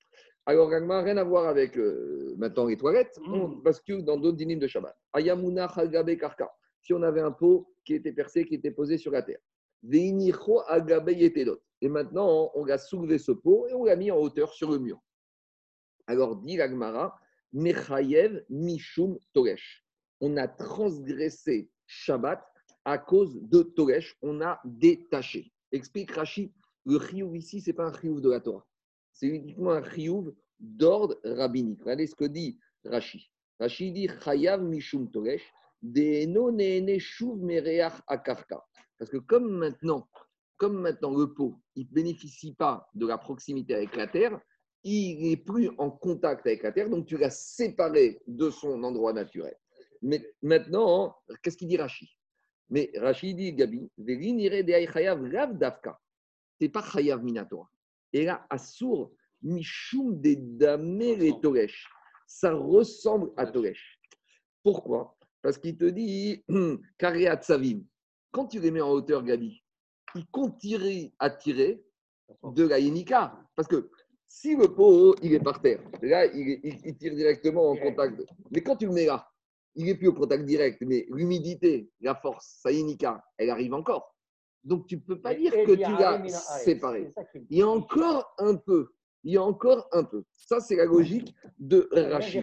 Alors, Ragma, rien à voir avec maintenant les toilettes, parce que dans d'autres dynimes de Shabbat. Ayamuna Chagabe Karka. Si on avait un pot qui était percé, qui était posé sur la terre. Veinicho Agabe Yetedot. Et maintenant, on a soulevé ce pot et on l'a mis en hauteur sur le mur. Alors, dit l'Agmara, Mechayev Mishum Toresh. On a transgressé Shabbat à cause de Toresh. On a détaché. Explique Rashi, le chiyuv ici, ce n'est pas un chiyuv de la Torah. C'est uniquement un chiyuv d'ordre rabbinique. Regardez ce que dit Rashi. Rashi dit Chayav Mishum Toresh, Deeno Neene Shuv Mereach Akarka. Parce que comme maintenant, le pot, il ne bénéficie pas de la proximité avec la terre, il n'est plus en contact avec la terre, donc tu l'as séparé de son endroit naturel. Mais maintenant, qu'est-ce qu'il dit Rashi? Mais Rashi dit, Gabi, ce n'est pas Chayav Minatora. Et là, Assour, Mishum de Damer et Toresh. Ça ressemble à Toresh. Pourquoi? Parce qu'il te dit, Kareat Savim. Quand tu les mets en hauteur, Gabi, ils continuent à tirer de la Yenika. Parce que si le pot, il est par terre, là, il tire directement en contact. Mais quand tu le mets là, il n'est plus au contact direct, mais l'humidité, la force, sa Yenika, elle arrive encore. Donc, tu ne peux pas dire que tu l'as séparé. Il y a encore un peu. Ça, c'est la logique de Rashi.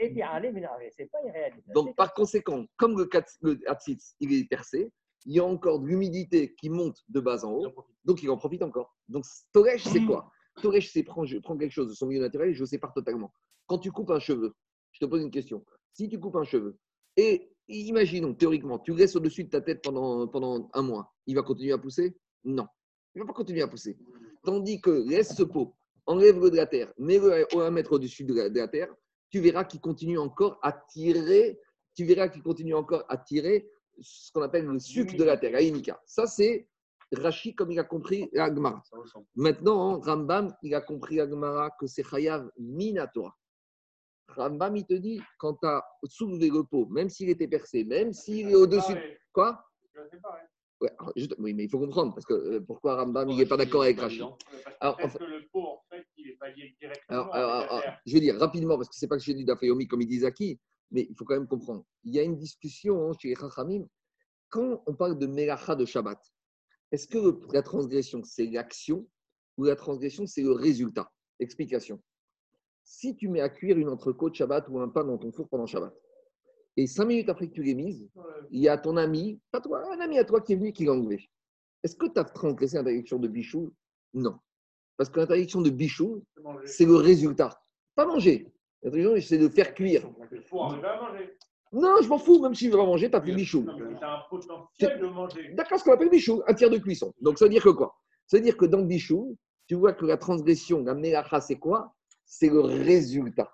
Donc, par conséquent, comme le Hatzitz, il est percé, il y a encore de l'humidité qui monte de bas en haut, donc il en profite encore. Donc, Toresh, c'est quoi? Toresh, c'est je prends quelque chose de son milieu naturel et je le sépare totalement. Quand tu coupes un cheveu, je te pose une question. Si tu coupes un cheveu, et imaginons, théoriquement, tu restes au-dessus de ta tête pendant un mois, il va continuer à pousser? Non, il ne va pas continuer à pousser. Tandis que laisse ce pot, enlève-le de la terre, mets-le à 1 mètre au-dessus de la terre, tu verras qu'il continue encore à tirer, ce qu'on appelle le sucre de la terre, la Inika. Ça, c'est Rashi, comme il a compris la Gemara. Maintenant, Rambam, il a compris la Gemara que c'est Chayav Minatora. Rambam, il te dit, quand tu as soulevé le pot, même s'il était percé, même s'il est au-dessus. Quoi? Ouais, oui, mais il faut comprendre, parce que pourquoi Rambam, il n'est pas d'accord avec Rashi. Alors, que le pot, en fait, il n'est pas lié directement. Je vais dire rapidement, parce que ce n'est pas que j'ai dit d'Afayomi, comme il dit Zaki, mais il faut quand même comprendre. Il y a une discussion chez les Chachamim. Quand on parle de Melacha de Shabbat, est-ce que la transgression, c'est l'action ou la transgression, c'est le résultat? Explication. Si tu mets à cuire une entrecôte Shabbat ou un pain dans ton four pendant Shabbat, et 5 minutes après que tu l'aies mise, il y a ton ami, pas toi, un ami à toi qui est venu qui l'a enlevé. Est-ce que tu as transgressé l'interdiction de Bichou? Non. Parce que l'interdiction de Bichou, c'est le résultat. Pas manger. L'interdiction, c'est de faire cuire. Il faut arriver à manger. Non, je m'en fous, même si je veux manger, tu as fait Bichou. Tu as un potentiel de manger. D'accord, ce qu'on appelle Bichou, un tiers de cuisson. Donc ça veut dire que quoi? Ça veut dire que dans Bichou, tu vois que la transgression, la Melacha, c'est quoi? C'est le résultat.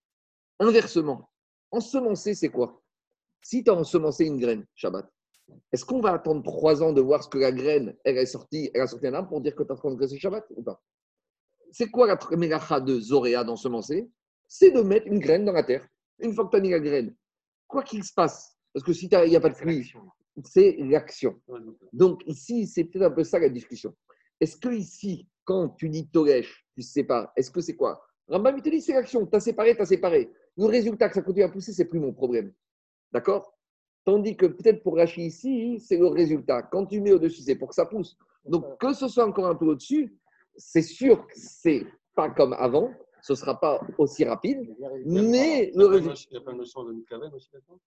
Inversement, ensemencer, c'est quoi? Si tu as ensemencé une graine, Shabbat, est-ce qu'on va attendre 3 ans de voir ce que la graine, elle a sorti un arbre pour dire que tu as transgressé Shabbat ou pas? C'est quoi la Melacha de Zoréa d'ensemencer? C'est de mettre une graine dans la terre. Une fois que tu as mis la graine, quoi qu'il se passe, parce que si il n'y a pas de pluie, c'est l'action. Donc ici, c'est peut-être un peu ça la discussion. Est-ce que ici, quand tu dis Toresh, tu sépares, est-ce que c'est quoi? Rambam, il te dit c'est l'action, tu as séparé. Le résultat que ça continue à pousser, c'est plus mon problème. D'accord? Tandis que peut-être pour Rashi ici, c'est le résultat. Quand tu mets au-dessus, c'est pour que ça pousse. Donc que ce soit encore un peu au-dessus, c'est sûr que c'est pas comme avant, ce ne sera pas aussi rapide, mais le résultat. Il n'y a pas une notion de Mitkaven aussi maintenant?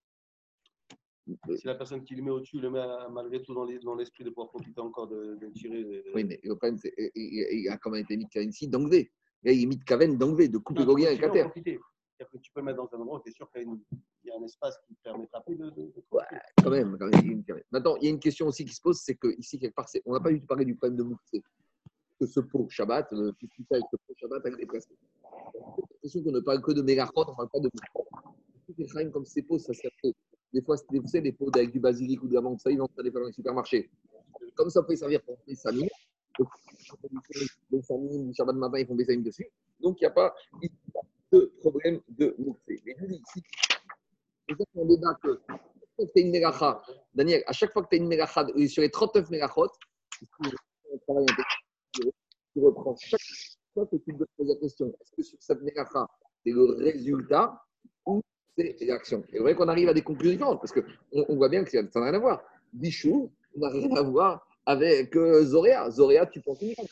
Si la personne qui le met au-dessus le met malgré tout dans l'esprit de pouvoir profiter encore de tirer. Oui, mais le problème, c'est qu'il a quand même été Mitkaven ici d'enlever. Il y a Mitkaven d'enlever, de couper le lien avec la terre. Tu peux le mettre dans un endroit où tu es sûr qu'il y a un espace qui te permettra plus de. Ouais, quand même. Maintenant, il y a une question aussi qui se pose, c'est qu'ici, quelque part, on n'a pas du tout parlé du problème de Mouktsé. Que ce pot Shabbat, le fils avec ce pot Shabbat, elle est presque. J'ai l'impression qu'on ne parle que de Mélachot, on ne parle pas de Mouktsé. Comme ces pots, ça sert à des fois, vous savez, des pots avec du basilic ou de la menthe, ça, ils vendent ça des fois dans les supermarchés. Comme ça peut servir pour les samim. Les samim, du Shabbat matin, ils font des samim dessus. Donc, il n'y a pas de problème de Mouktsé. Mais lui, ici, c'est ça qu'on débat que quand tu as une Mélacha, Daniel, à chaque fois que tu as une Mélacha, sur les 39 Mélachot, tu reprends toi que tu dois te poser la question. Est-ce que sur cette mélacha, c'est le résultat ou c'est l'action? Et vrai qu'on arrive à des conclusions différentes parce qu'on voit bien que ça n'a rien à voir. Bichou n'a rien à voir avec Zoréa. Zoréa, tu penses uniquement.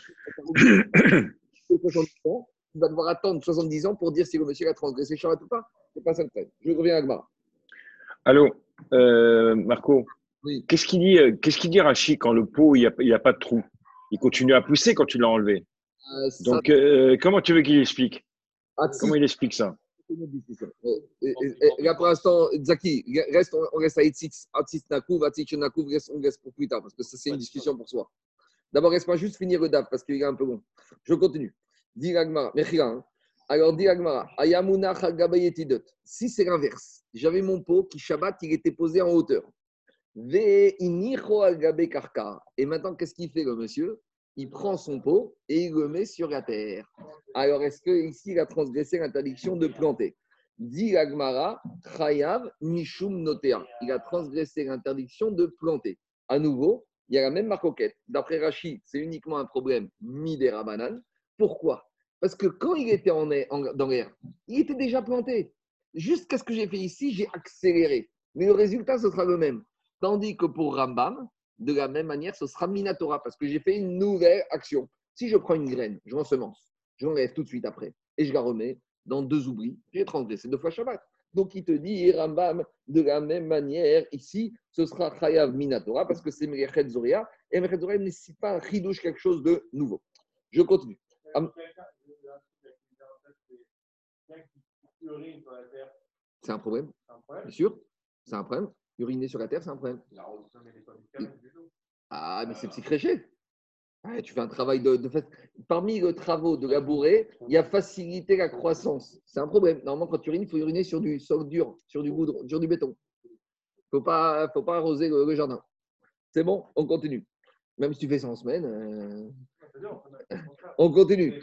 Tu vas devoir attendre 70 ans pour dire si le monsieur a transgressé Shabbat ou pas. C'est pas ça le fait. Je reviens à Gmara. Allô, Marco, Oui. qu'est-ce qu'il dit Rachid quand le pot, il n'y a pas de trou? Il continue à pousser quand tu l'as enlevé. Donc, comment tu veux qu'il explique? Comment il explique ça? Là, pour l'instant, Zaki, on reste à Itzitz Nakouv, Atzitz Nakouv, on reste pour plus tard, parce que ça, c'est une discussion pour soi. D'abord, laisse-moi juste finir le DAF, parce qu'il est un peu long. Je continue. Dis Agmara, Mechila. Alors, dis Agmara, Ayamuna Chagabayetidot. Si c'est l'inverse, j'avais mon pot qui, Shabbat, il était posé en hauteur. Et maintenant, qu'est-ce qu'il fait, le monsieur? Il prend son pot et il le met sur la terre. Alors, est-ce qu'ici, il a transgressé l'interdiction de planter? Dit l'Agmara, Chayav Mishum Notea. Il a transgressé l'interdiction de planter. À nouveau, il y a la même marcoquette. D'après Rachid, c'est uniquement un problème Midera Banane. Pourquoi? Parce que quand il était dans l'air, il était déjà planté. Jusqu'à ce que j'ai fait ici, j'ai accéléré. Mais le résultat, ce sera le même. Tandis que pour Rambam, de la même manière, ce sera Minatora, parce que j'ai fait une nouvelle action. Si je prends une graine, je l'ensemence, je l'enlève tout de suite après, et je la remets dans 2 oublis, j'ai transgressé 2 fois Shabbat. Donc il te dit, Rambam, de la même manière, ici, ce sera Chayav Minatora, parce que c'est Merechet Zoria, et Merechet Zoria ne nécessite pas un chidouche, quelque chose de nouveau. Je continue. C'est un problème, bien sûr, c'est un problème. Uriner sur la terre, c'est un problème. Ah, mais c'est psychréché. Ah, tu fais un travail de fait. Parmi les travaux de labourer, il y a faciliter la croissance. C'est un problème. Normalement, quand tu urines, il faut uriner sur du sol dur, sur du goudron, sur du béton. Il ne faut pas arroser le jardin. C'est bon, on continue. Même si tu fais ça en semaine. On continue.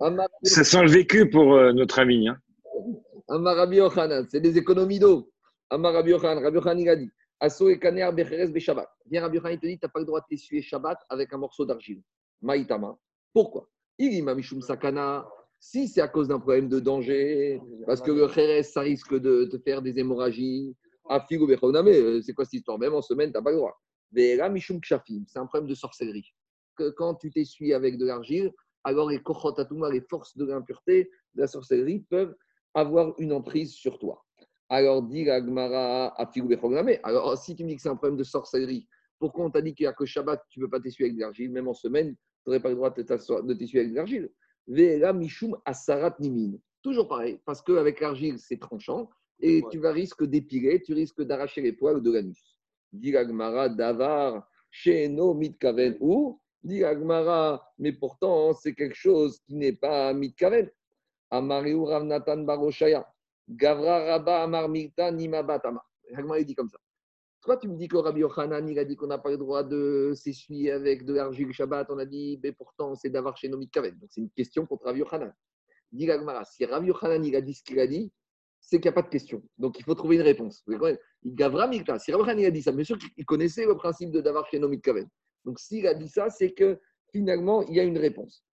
Ça sent le vécu pour notre ami. Hein. Amarabi Yochanan, c'est des économies d'eau. Amarabi Yochanan, Rabbi Yochanan, il a dit Asso et Kaner Becheres Beshabbat. Viens, Rabbi Yochanan, il te dit tu n'as pas le droit de t'essuyer Shabbat avec un morceau d'argile. Maïtama. Pourquoi? Il dit Mamishum Sakana. Si c'est à cause d'un problème de danger, parce que le Cheres, ça risque de te faire des hémorragies. Afigo Bechoname, c'est quoi cette histoire? Même en semaine, tu n'as pas le droit. Vera Mishum Kshafim, c'est un problème de sorcellerie. Que quand tu t'essuies avec de l'argile, alors les Kochotatuma, les forces de l'impureté, de la sorcellerie, peuvent avoir une emprise sur toi. Alors, dit la Gemara à Figou Bechogramé. Alors, si tu me dis que c'est un problème de sorcellerie, pourquoi on t'a dit qu'il n'y a que Shabbat, tu ne peux pas t'essuyer avec de l'argile? Même en semaine, tu n'aurais pas le droit de t'essuyer avec de l'argile. Ve'ela Mishum Asarat Nimin. Toujours pareil, parce qu'avec l'argile, c'est tranchant et tu vas risque d'épiler, tu risques d'arracher les poils de l'anus. Dit la Gemara Davar, Sheno Mitkaven ou dit la Gemara, mais pourtant, c'est quelque chose qui n'est pas Mitkaven. Amariou Rav Natan Baroshaya. Gavra Rabba Amar Milta Nima Batama. Il dit comme ça. Toi, tu me dis que Rabbi Yochanan, il a dit qu'on n'a pas le droit de s'essuyer avec de l'argile Shabbat. On a dit, mais pourtant, c'est d'avoir chez Nomit Kaven. Donc, c'est une question contre Rabbi Yochanan. Dit Gagmara, si Rabbi Yochanan, il a dit ce qu'il a dit, c'est qu'il n'y a pas de question. Donc, il faut trouver une réponse. Gavra Milta. Si Rabbi Yochanan, il a dit ça, bien sûr qu'il connaissait le principe de d'avoir chez Nomit Kaven. Donc, s'il a dit ça, c'est que finalement, il y a une réponse.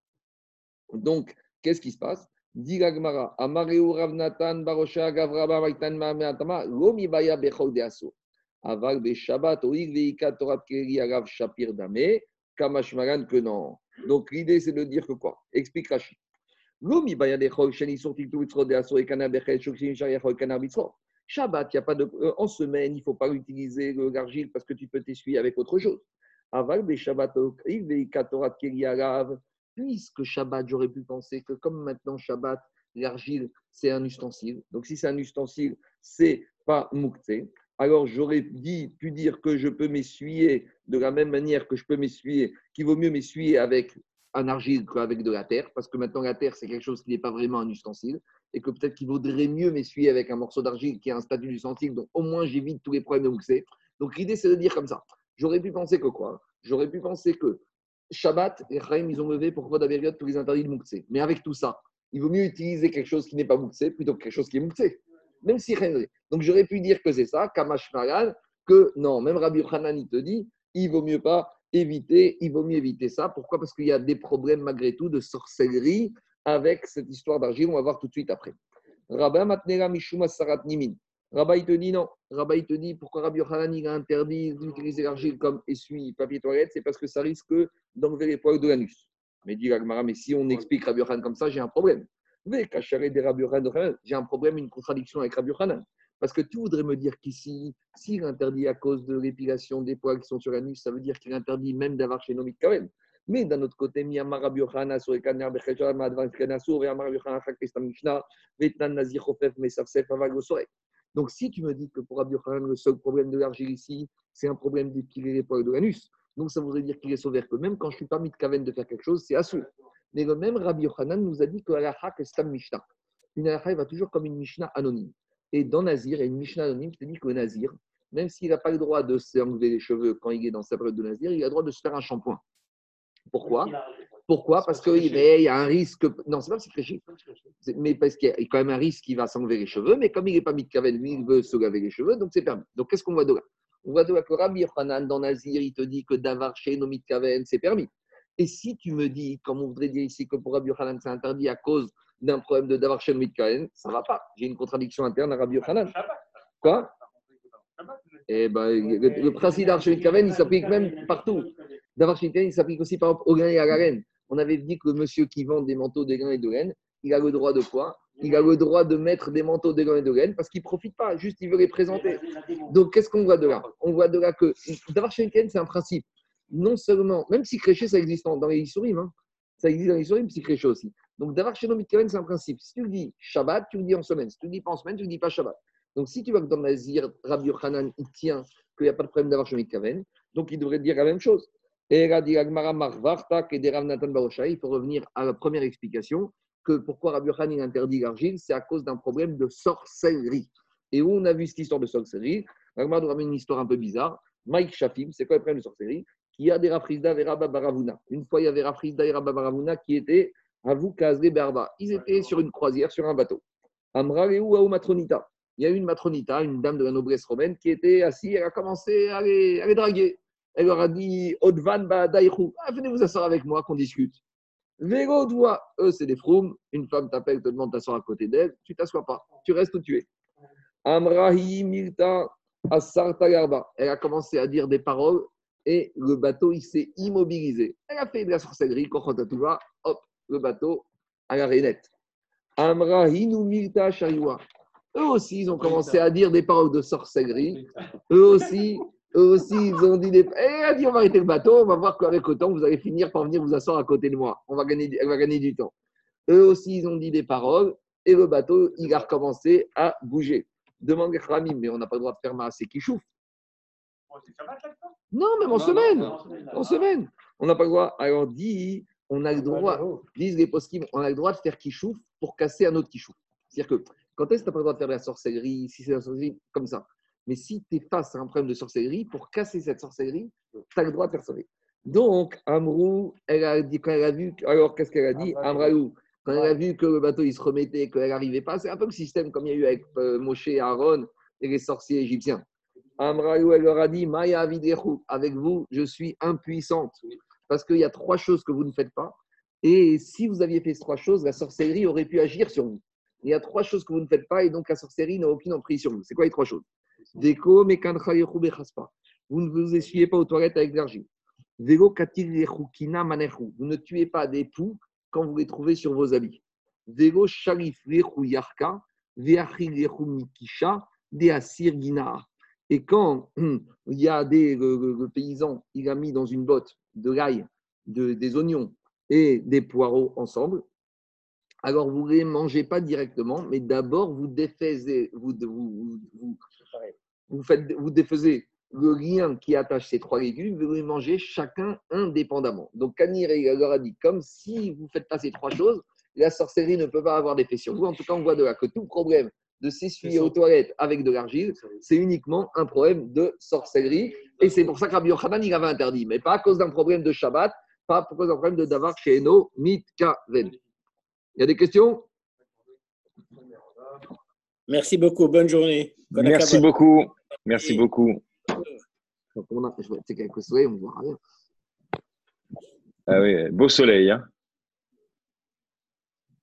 Donc, qu'est-ce qui se passe? Dit Gagmara, Amareu Ravnatan Barosha Gavraba Vaitan Mameatama, Lomibaya Bechol de Asso. Aval be Shabbat, Oig Veika Torat Keri Arav Shapir Dame, Kamashmaran que non. Donc l'idée c'est de dire que quoi? Explique Rachid. Lomibaya Bechol, Shani Sortik Tuitro de Asso et Kana Bechel, Shokshin Shariachol Kana Bitzro. Shabbat, il n'y a pas de. En semaine, il ne faut pas utiliser l'argile parce que tu peux t'essuyer avec autre chose. Aval be Shabbat, Oig Veika Torat Keri Arav. Puisque Shabbat, j'aurais pu penser que comme maintenant Shabbat, l'argile, c'est un ustensile. Donc si c'est un ustensile, c'est pas mouktsé. Alors j'aurais pu dire que je peux m'essuyer de la même manière que je peux m'essuyer, qu'il vaut mieux m'essuyer avec un argile qu'avec de la terre, parce que maintenant la terre, c'est quelque chose qui n'est pas vraiment un ustensile, et que peut-être qu'il vaudrait mieux m'essuyer avec un morceau d'argile qui a un statut d'ustensile, donc au moins j'évite tous les problèmes de mouktsé. Donc l'idée, c'est de dire comme ça. J'aurais pu penser que quoi? J'aurais pu penser que Shabbat, les Chaim, ils ont levé pour Kodabériot tous les interdits de Mouktsé. Mais avec tout ça, il vaut mieux utiliser quelque chose qui n'est pas Mouktsé plutôt que quelque chose qui est Mouktsé. Même si donc j'aurais pu dire que c'est ça, Kamash Maral, que non, même Rabbi Yochanan, il te dit, il vaut mieux éviter ça. Pourquoi? Parce qu'il y a des problèmes malgré tout de sorcellerie avec cette histoire d'argile. On va voir tout de suite après. Rabba Matnera Mishuma Sarat Nimin. Rabba, il te dit non. Rabba, il te dit pourquoi Rabbi Yochanan il a interdit d'utiliser l'argile comme essuie-papier toilette, c'est parce que ça risque d'enlever les poils de l'anus. Mais dit l'Agmara, mais si on explique Rabbi Yochanan comme ça, j'ai un problème. J'ai un problème, une contradiction avec Rabbi Yochanan. Parce que tu voudrais me dire qu'ici, s'il interdit à cause de l'épilation des poils qui sont sur l'anus, ça veut dire qu'il interdit même d'avoir chez Nomit Karen. Mais d'un autre côté, Miyama Rabbi Yochanan sur les canards Bechajal, Madvan Kanasur, Miyama Rabbi Yochanan Chakestam Mishnah, Vetnan Nazir Chofef, Mesafsef, Avag au soleil. Donc, si tu me dis que pour Rabbi Yochanan, le seul problème de l'argile ici, c'est un problème d'épiler les poils de l'anus, donc ça voudrait dire qu'il est sauvé que même quand je ne suis pas mis de kaven de faire quelque chose, c'est assur. Mais le même Rabbi Yochanan nous a dit que Halacha Kestam Mishnah. Une Halacha va toujours comme une Mishnah anonyme. Et dans Nazir, il y a une Mishnah anonyme qui te dit que le Nazir, même s'il n'a pas le droit de s'enlever les cheveux quand il est dans sa période de Nazir, il a le droit de se faire un shampoing. Pourquoi ? Parce qu'il y a un risque. Non, c'est pas psychréché. Mais parce qu'il y a quand même un risque qu'il va s'enlever les cheveux. Mais comme il n'est pas mis de kaven, lui, il veut se laver les cheveux, donc c'est permis. Donc qu'est-ce qu'on voit de là ? On voit de là que Rabbi Yochanan, dans Nazir, il te dit que d'avoir chez nos mit kaven, c'est permis. Et si tu me dis, comme on voudrait dire ici, que pour Rabbi Yochanan, c'est interdit à cause d'un problème de d'avoir chez nos mit kaven, ça ne va pas. J'ai une contradiction interne à Rabbi Yochanan. Quoi ? Eh ben, le principe d'avoir chez nos mit kaven, il s'applique même partout. D'avoir chez nos mit kaven, il s'applique aussi par exemple au grain et à la laine. On avait dit que le monsieur qui vend des manteaux de grain et de laine, il a le droit de quoi ? Il a le droit de mettre des manteaux de grain et de laine parce qu'il ne profite pas, juste il veut les présenter. Donc, qu'est-ce qu'on voit de là ? On voit de là que d'avoir chez une c'est un principe. Non seulement, même si créché, ça existe dans les Issourim, hein. Ça existe dans les Issourim, si créché aussi. Donc, d'avoir chez nos c'est un principe. Si tu le dis Shabbat, tu le dis en semaine. Si tu le dis pas en semaine, tu ne le dis pas Shabbat. Donc, si tu vois que dans Nazir, Rabbi Yochanan, il tient qu'il n'y a pas de problème d'avoir chez Mitkaven, donc il devrait dire la même chose. Et il faut revenir à la première explication que pourquoi Rabbi Yochanan interdit l'argile, c'est à cause d'un problème de sorcellerie. Et où on a vu cette histoire de sorcellerie, Ragmar nous ramène une histoire un peu bizarre. Mike Shafim, c'est quoi le problème de sorcellerie ? Qui y a des Rafrizda et Rabba Baravuna. Une fois, il y avait Rafrizda et Rabba Baravuna qui étaient à vous, Kazre Berba. Ils étaient sur une croisière, sur un bateau. Amraleu ou Matronita. Il y a eu une matronita, une dame de la noblesse romaine, qui était assise, elle a commencé à les draguer. Elle leur a dit Odvan Ba'adaïchou, venez vous asseoir avec moi, qu'on discute. Vélo doigt, eux, c'est des froums. Une femme t'appelle, te demande de t'asseoir à côté d'elle, tu ne t'assois pas, tu restes où tu es. Amrahi Milta Asarta Garba. Elle a commencé à dire des paroles et le bateau, il s'est immobilisé. Elle a fait de la sorcellerie, Kochotatouva, hop, le bateau à la rainette. Amrahinu Milta Shariwa. Eux aussi, ils ont commencé à dire des paroles de sorcellerie. Eux aussi, ils ont dit des. Elle a dit on va arrêter le bateau, on va voir qu'avec le temps, vous allez finir par venir vous asseoir à côté de moi. Elle va gagner du temps. Eux aussi, ils ont dit des paroles et le bateau, il a recommencé à bouger. Demande les Khamim, mais on n'a pas le droit de faire Maasé Kishouf. Non, même en semaine. En semaine. On n'a pas le droit. Alors, on a le droit, disent les poskim, on a le droit de faire Kishouf pour casser un autre Kishouf. C'est-à-dire que quand est-ce que tu n'as pas le droit de faire de la sorcellerie, si c'est de la sorcellerie, comme ça. Mais si tu es face à un problème de sorcellerie, pour casser cette sorcellerie, tu as le droit de faire sauver. Donc, Amrou, elle a dit, quand elle a vu, alors qu'est-ce qu'elle a dit Amraou, quand elle a vu que le bateau il se remettait, qu'elle n'arrivait pas, c'est un peu le système comme il y a eu avec Moshe et Aaron et les sorciers égyptiens. Amraou, elle leur a dit Maya Avidrechu, avec vous, je suis impuissante. Parce qu'il y a 3 choses que vous ne faites pas. Et si vous aviez fait ces 3 choses, la sorcellerie aurait pu agir sur vous. Il y a 3 choses que vous ne faites pas et donc la sorcellerie n'a aucune emprise sur vous. C'est quoi les 3 choses ? Deko, mekancha yechu bechaspa. Vous ne vous essuyez pas aux toilettes avec de l'argile. Vego katil yechukina manechu. Vous ne tuez pas des poux quand vous les trouvez sur vos habits. Vego sharif yechu yarka, veachil yechu mikisha, deasir gina. Et quand il y a le paysan, il a mis dans une botte de l'ail, des oignons et des poireaux ensemble, alors vous ne les mangez pas directement, mais d'abord vous défaisez, vous défaisez le lien qui attache ces 3 légumes, vous les mangez chacun indépendamment. Donc Kanir leur a dit, comme si vous ne faites pas ces 3 choses, la sorcellerie ne peut pas avoir d'effet sur vous. En tout cas, on voit de là que tout problème de s'essuyer aux toilettes avec de l'argile, c'est uniquement un problème de sorcellerie. Et c'est pour ça que Rabbi Yochanan, il avait interdit, mais pas à cause d'un problème de Shabbat, pas à cause d'un problème de Davar She'eno Mitkaven. Il y a des questions ? Merci beaucoup. Bonne journée. Merci beaucoup. Merci beaucoup. C'est quelques soleil, on ne voit rien. Ah oui, beau soleil. Hein.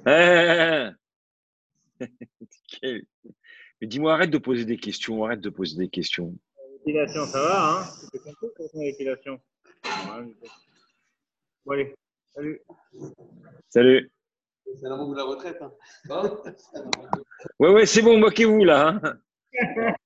Ah. Quel- Mais dis-moi, arrête de poser des questions, arrête de poser des questions. L'épilation, ça va, hein? Tu fais compris pour ton épilation. Bon, allez, salut. Salut. C'est un moment de la retraite. Hein. Ouais, c'est bon, moquez-vous là. Hein.